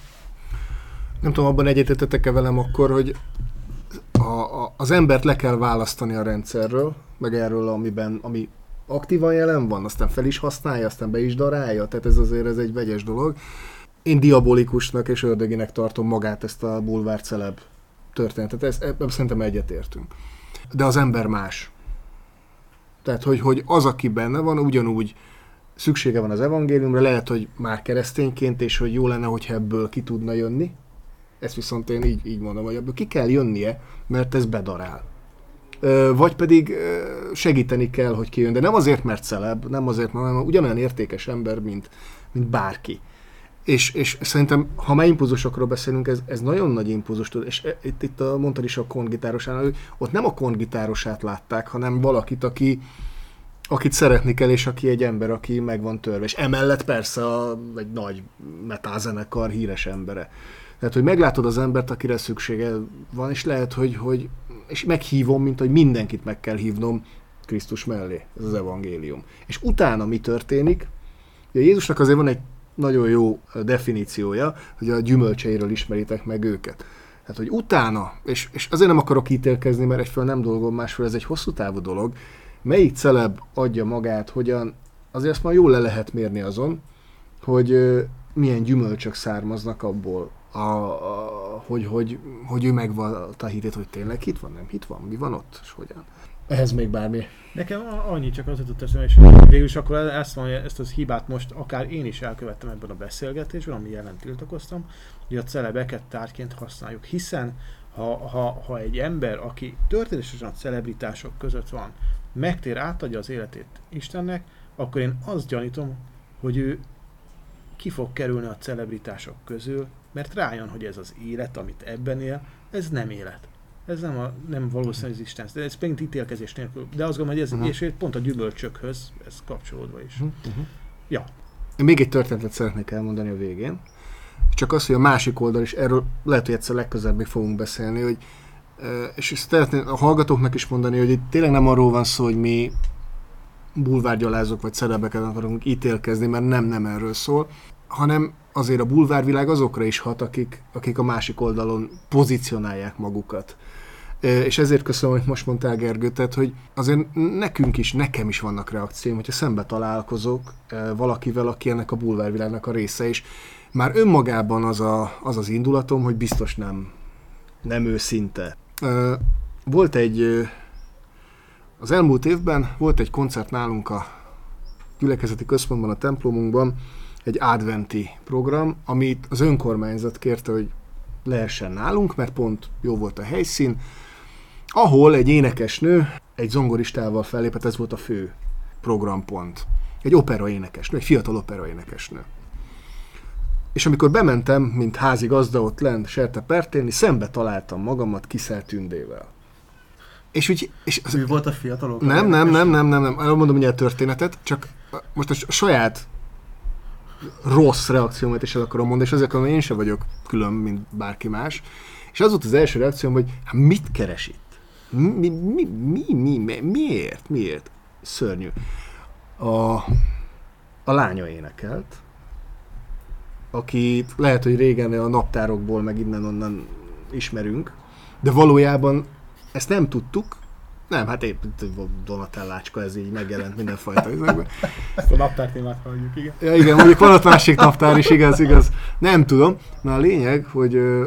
Speaker 1: Nem tudom, abban egyetértetek-e velem akkor, hogy a, a, az embert le kell választani a rendszerről, meg erről, amiben, ami aktívan jelen van, aztán fel is használja, aztán be is darálja, tehát ez azért ez egy vegyes dolog. Én diabolikusnak és ördöginek tartom magát ezt a bulvár celeb történetet, ezt, ebben szerintem egyetértünk. De az ember más. Tehát, hogy, hogy az, aki benne van, ugyanúgy szüksége van az evangéliumra, lehet, hogy már keresztényként, és hogy jó lenne, hogyha ebből ki tudna jönni. Ezt viszont én így, így mondom, hogy ebből ki kell jönnie, mert ez bedarál. Vagy pedig segíteni kell, hogy kijön, de nem azért, mert celeb, nem azért, mert ugyanolyan értékes ember, mint, mint bárki. És, és szerintem, ha már impulzusokról beszélünk, ez, ez nagyon nagy impulzus tud, és itt, itt a, mondtad is a kongitárosánál, ott nem a kongitárosát látták, hanem valakit, aki, akit szeretni kell, és aki egy ember, aki meg van törve. És emellett persze a, egy nagy metálzenekar híres embere. Tehát, hogy meglátod az embert, akire szüksége van, és lehet, hogy, hogy és meghívom, mint hogy mindenkit meg kell hívnom Krisztus mellé, ez az evangélium. És utána mi történik? A Jézusnak azért van egy nagyon jó definíciója, hogy a gyümölcseiről ismeritek meg őket. Tehát, hogy utána, és, és azért nem akarok ítélkezni, mert egyfelől nem dolgom, másfelől ez egy hosszú távú dolog, melyik celeb adja magát, hogyan, azért azt már jól le lehet mérni azon, hogy uh, milyen gyümölcsök származnak abból, a, a, hogy, hogy, hogy ő megvallt a hitét, hogy tényleg hit van, nem hit van, mi van ott, és hogyan. Ehhez még bármi.
Speaker 2: Nekem annyi csak az jutott eszembe, és végül is akkor ezt, mondja, ezt az hibát most akár én is elkövettem ebben a beszélgetésben, ami ellen tiltakoztam, hogy a celebeket tárgyként használjuk, hiszen ha, ha, ha egy ember, aki történetesen a celebritások között van, megtér, átadja az életét Istennek, akkor én azt gyanítom, hogy ő ki fog kerülni a celebritások közül, mert rájön, hogy ez az élet, amit ebben él, ez nem élet. Ez nem, a, nem valószínű az Isten, de ez pedig ítélkezés nélkül. De azt gondolom, hogy ez uh-huh. és pont a gyümölcsökhöz, ez kapcsolódva is. Uh-huh. Ja.
Speaker 1: Én még egy történetet szeretnék elmondani a végén. Csak az, hogy a másik oldal is, erről lehet, hogy egyszer legközelebb még fogunk beszélni, hogy, és ezt szeretném a hallgatóknak is mondani, hogy itt tényleg nem arról van szó, hogy mi bulvárgyalázók vagy celebeket akarunk ítélkezni, mert nem, nem erről szól, hanem azért a bulvárvilág azokra is hat, akik, akik a másik oldalon pozícionálják magukat. És ezért köszönöm, hogy most mondtál, Gergő, tehát, hogy azért nekünk is, nekem is vannak reakcióim, hogyha szembe találkozok valakivel, aki ennek a bulvárvilágnak a része, és már önmagában az a, az, az indulatom, hogy biztos nem, nem őszinte. Volt egy, az elmúlt évben volt egy koncert nálunk a gyülekezeti központban, a templomunkban, egy adventi program, amit az önkormányzat kérte, hogy lehessen nálunk, mert pont jó volt a helyszín, ahol egy énekesnő egy zongoristával fellépett, ez volt a fő programpont. Egy opera énekesnő, egy fiatal opera énekesnő. És amikor bementem, mint házi gazda ott lent Serteperténi, szembe találtam magamat Kiszel Tündével. És úgy... És az,
Speaker 3: ő volt a fiatal opera
Speaker 1: nem, nem, nem, nem, nem, nem, elmondom ugye a történetet, csak most a saját rossz reakciómat is el akarom mondani, és azért, hogy én sem vagyok külön, mint bárki más. És az volt az első reakcióm, hogy hát mit keres itt? Mi, mi, mi, mi, mi, miért? Miért? Szörnyű. A, a lánya énekelt, akit lehet, hogy régen a naptárokból, meg innen-onnan ismerünk, de valójában ezt nem tudtuk. Nem, hát épp Donatellácska, ez így megjelent mindenfajta üzekben.
Speaker 2: Ezt a naptár témát halljuk, igen.
Speaker 1: Ja, igen, mondjuk van ott másik naptár is, igaz, igaz. Nem tudom. Na a lényeg, hogy ö,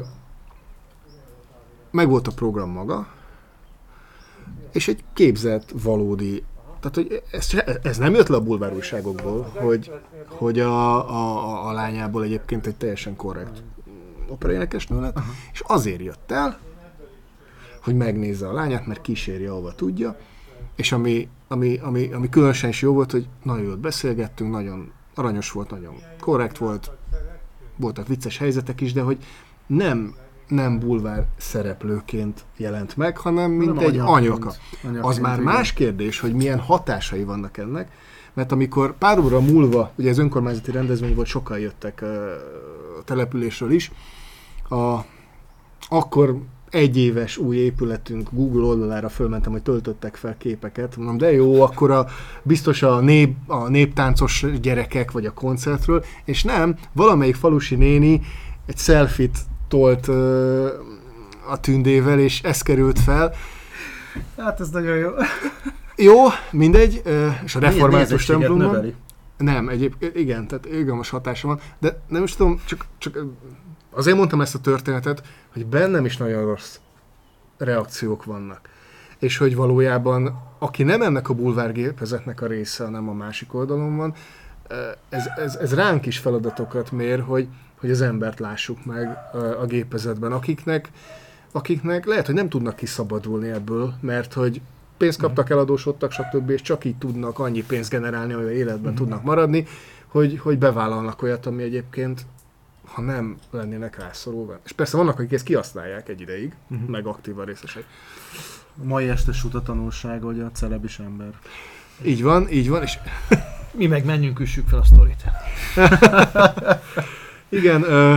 Speaker 1: meg volt a program maga, és egy képzett, valódi, tehát hogy ez, ez nem jött le a bulvárújságokból, hogy, hogy a, a, a lányából egyébként egy teljesen korrekt operaénekesnő lett, uh-huh. És azért jött el, hogy megnézze a lányát, mert kísérje, ahova tudja, és ami, ami, ami, ami különösen is jó volt, hogy nagyon jót beszélgettünk, nagyon aranyos volt, nagyon korrekt volt, voltak vicces helyzetek is, de hogy nem, nem bulvár szereplőként jelent meg, hanem mint nem egy anyaka. Az már igen. Más kérdés, hogy milyen hatásai vannak ennek, mert amikor pár óra múlva, ugye az önkormányzati rendezvény volt, sokan jöttek a településről is, a, akkor egyéves új épületünk Google oldalára fölmentem, hogy töltöttek fel képeket. Mondom, de jó, akkor a, biztos a, nép, a néptáncos gyerekek, vagy a koncertről, és nem, valamelyik falusi néni egy selfit tolt uh, a Tündével, és ez került fel.
Speaker 3: Hát ez nagyon jó.
Speaker 1: Jó, mindegy, uh, és a református templomban.
Speaker 3: Növeli?
Speaker 1: Nem, egyébként igen, tehát igazos hatása van, de nem is tudom, csak, csak azért mondtam ezt a történetet, hogy bennem is nagyon rossz reakciók vannak. És hogy valójában, aki nem ennek a bulvárgépezetnek a része, hanem a másik oldalon van, ez, ez, ez ránk is feladatokat mér, hogy, hogy az embert lássuk meg a gépezetben, akiknek, akiknek lehet, hogy nem tudnak kiszabadulni ebből, mert hogy pénzt kaptak, eladósodtak, stb. És csak így tudnak annyi pénzt generálni, hogy életben mm. tudnak maradni, hogy, hogy bevállalnak olyat, ami egyébként ha nem lennének rászorulva. És persze vannak, akik ezt kihasználják egy ideig, uh-huh. meg aktívan részesek.
Speaker 3: A mai este suta tanulsága, hogy a celebis ember.
Speaker 1: Így van, így van, és...
Speaker 2: Mi meg menjünk, üssük fel a sztorit.
Speaker 1: Igen, ö...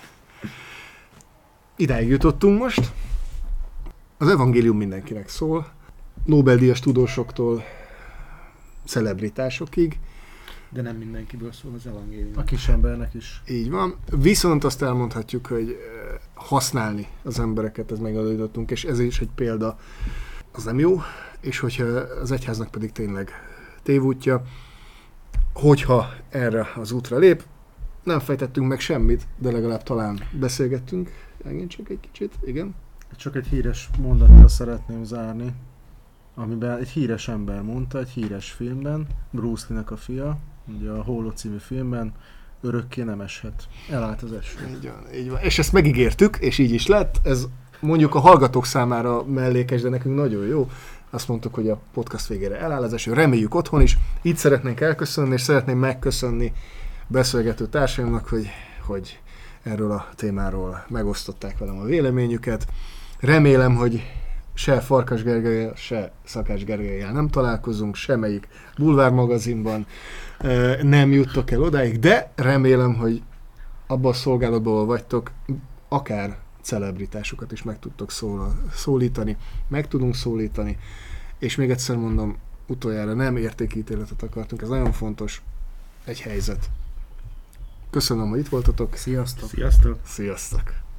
Speaker 1: idáig jutottunk most. Az evangélium mindenkinek szól. Nobel-díjas tudósoktól celebritásokig.
Speaker 2: De nem mindenkiből szól az evangélium.
Speaker 3: A kis embernek is.
Speaker 1: Így van. Viszont azt elmondhatjuk, hogy használni az embereket, ez megadódottunk, és ez is egy példa, az nem jó, és hogyha az egyháznak pedig tényleg tévútja, hogyha erre az útra lép, nem fejtettünk meg semmit, de legalább talán beszélgettünk. Engedj csak egy kicsit, igen.
Speaker 3: Csak egy híres mondattal szeretném zárni, amiben egy híres ember mondta, egy híres filmben, Bruce Lee-nek a fia, ugye a Hóló című filmben, örökké nem eshet. Elállt az eső.
Speaker 1: Így van, így van. És ezt megígértük, és így is lett. Ez mondjuk a hallgatók számára mellékes, de nekünk nagyon jó. Azt mondtuk, hogy a podcast végére eláll az eső. Reméljük otthon is. Itt szeretnénk elköszönni, és szeretném megköszönni beszélgető társaimnak, hogy, hogy erről a témáról megosztották velem a véleményüket. Remélem, hogy se Farkas Gergellyel, se Szakács Gergellyel nem találkozunk, semmelyik bulvár magazinban nem juttok el odáig, de remélem, hogy abban a szolgálatban, ahol vagytok, akár celebritásokat is meg tudtok szól, szólítani, meg tudunk szólítani, és még egyszer mondom, utoljára nem értékítéletet akartunk, ez nagyon fontos, egy helyzet. Köszönöm, hogy itt voltatok.
Speaker 3: Sziasztok!
Speaker 2: Sziasztok!
Speaker 1: Sziasztok!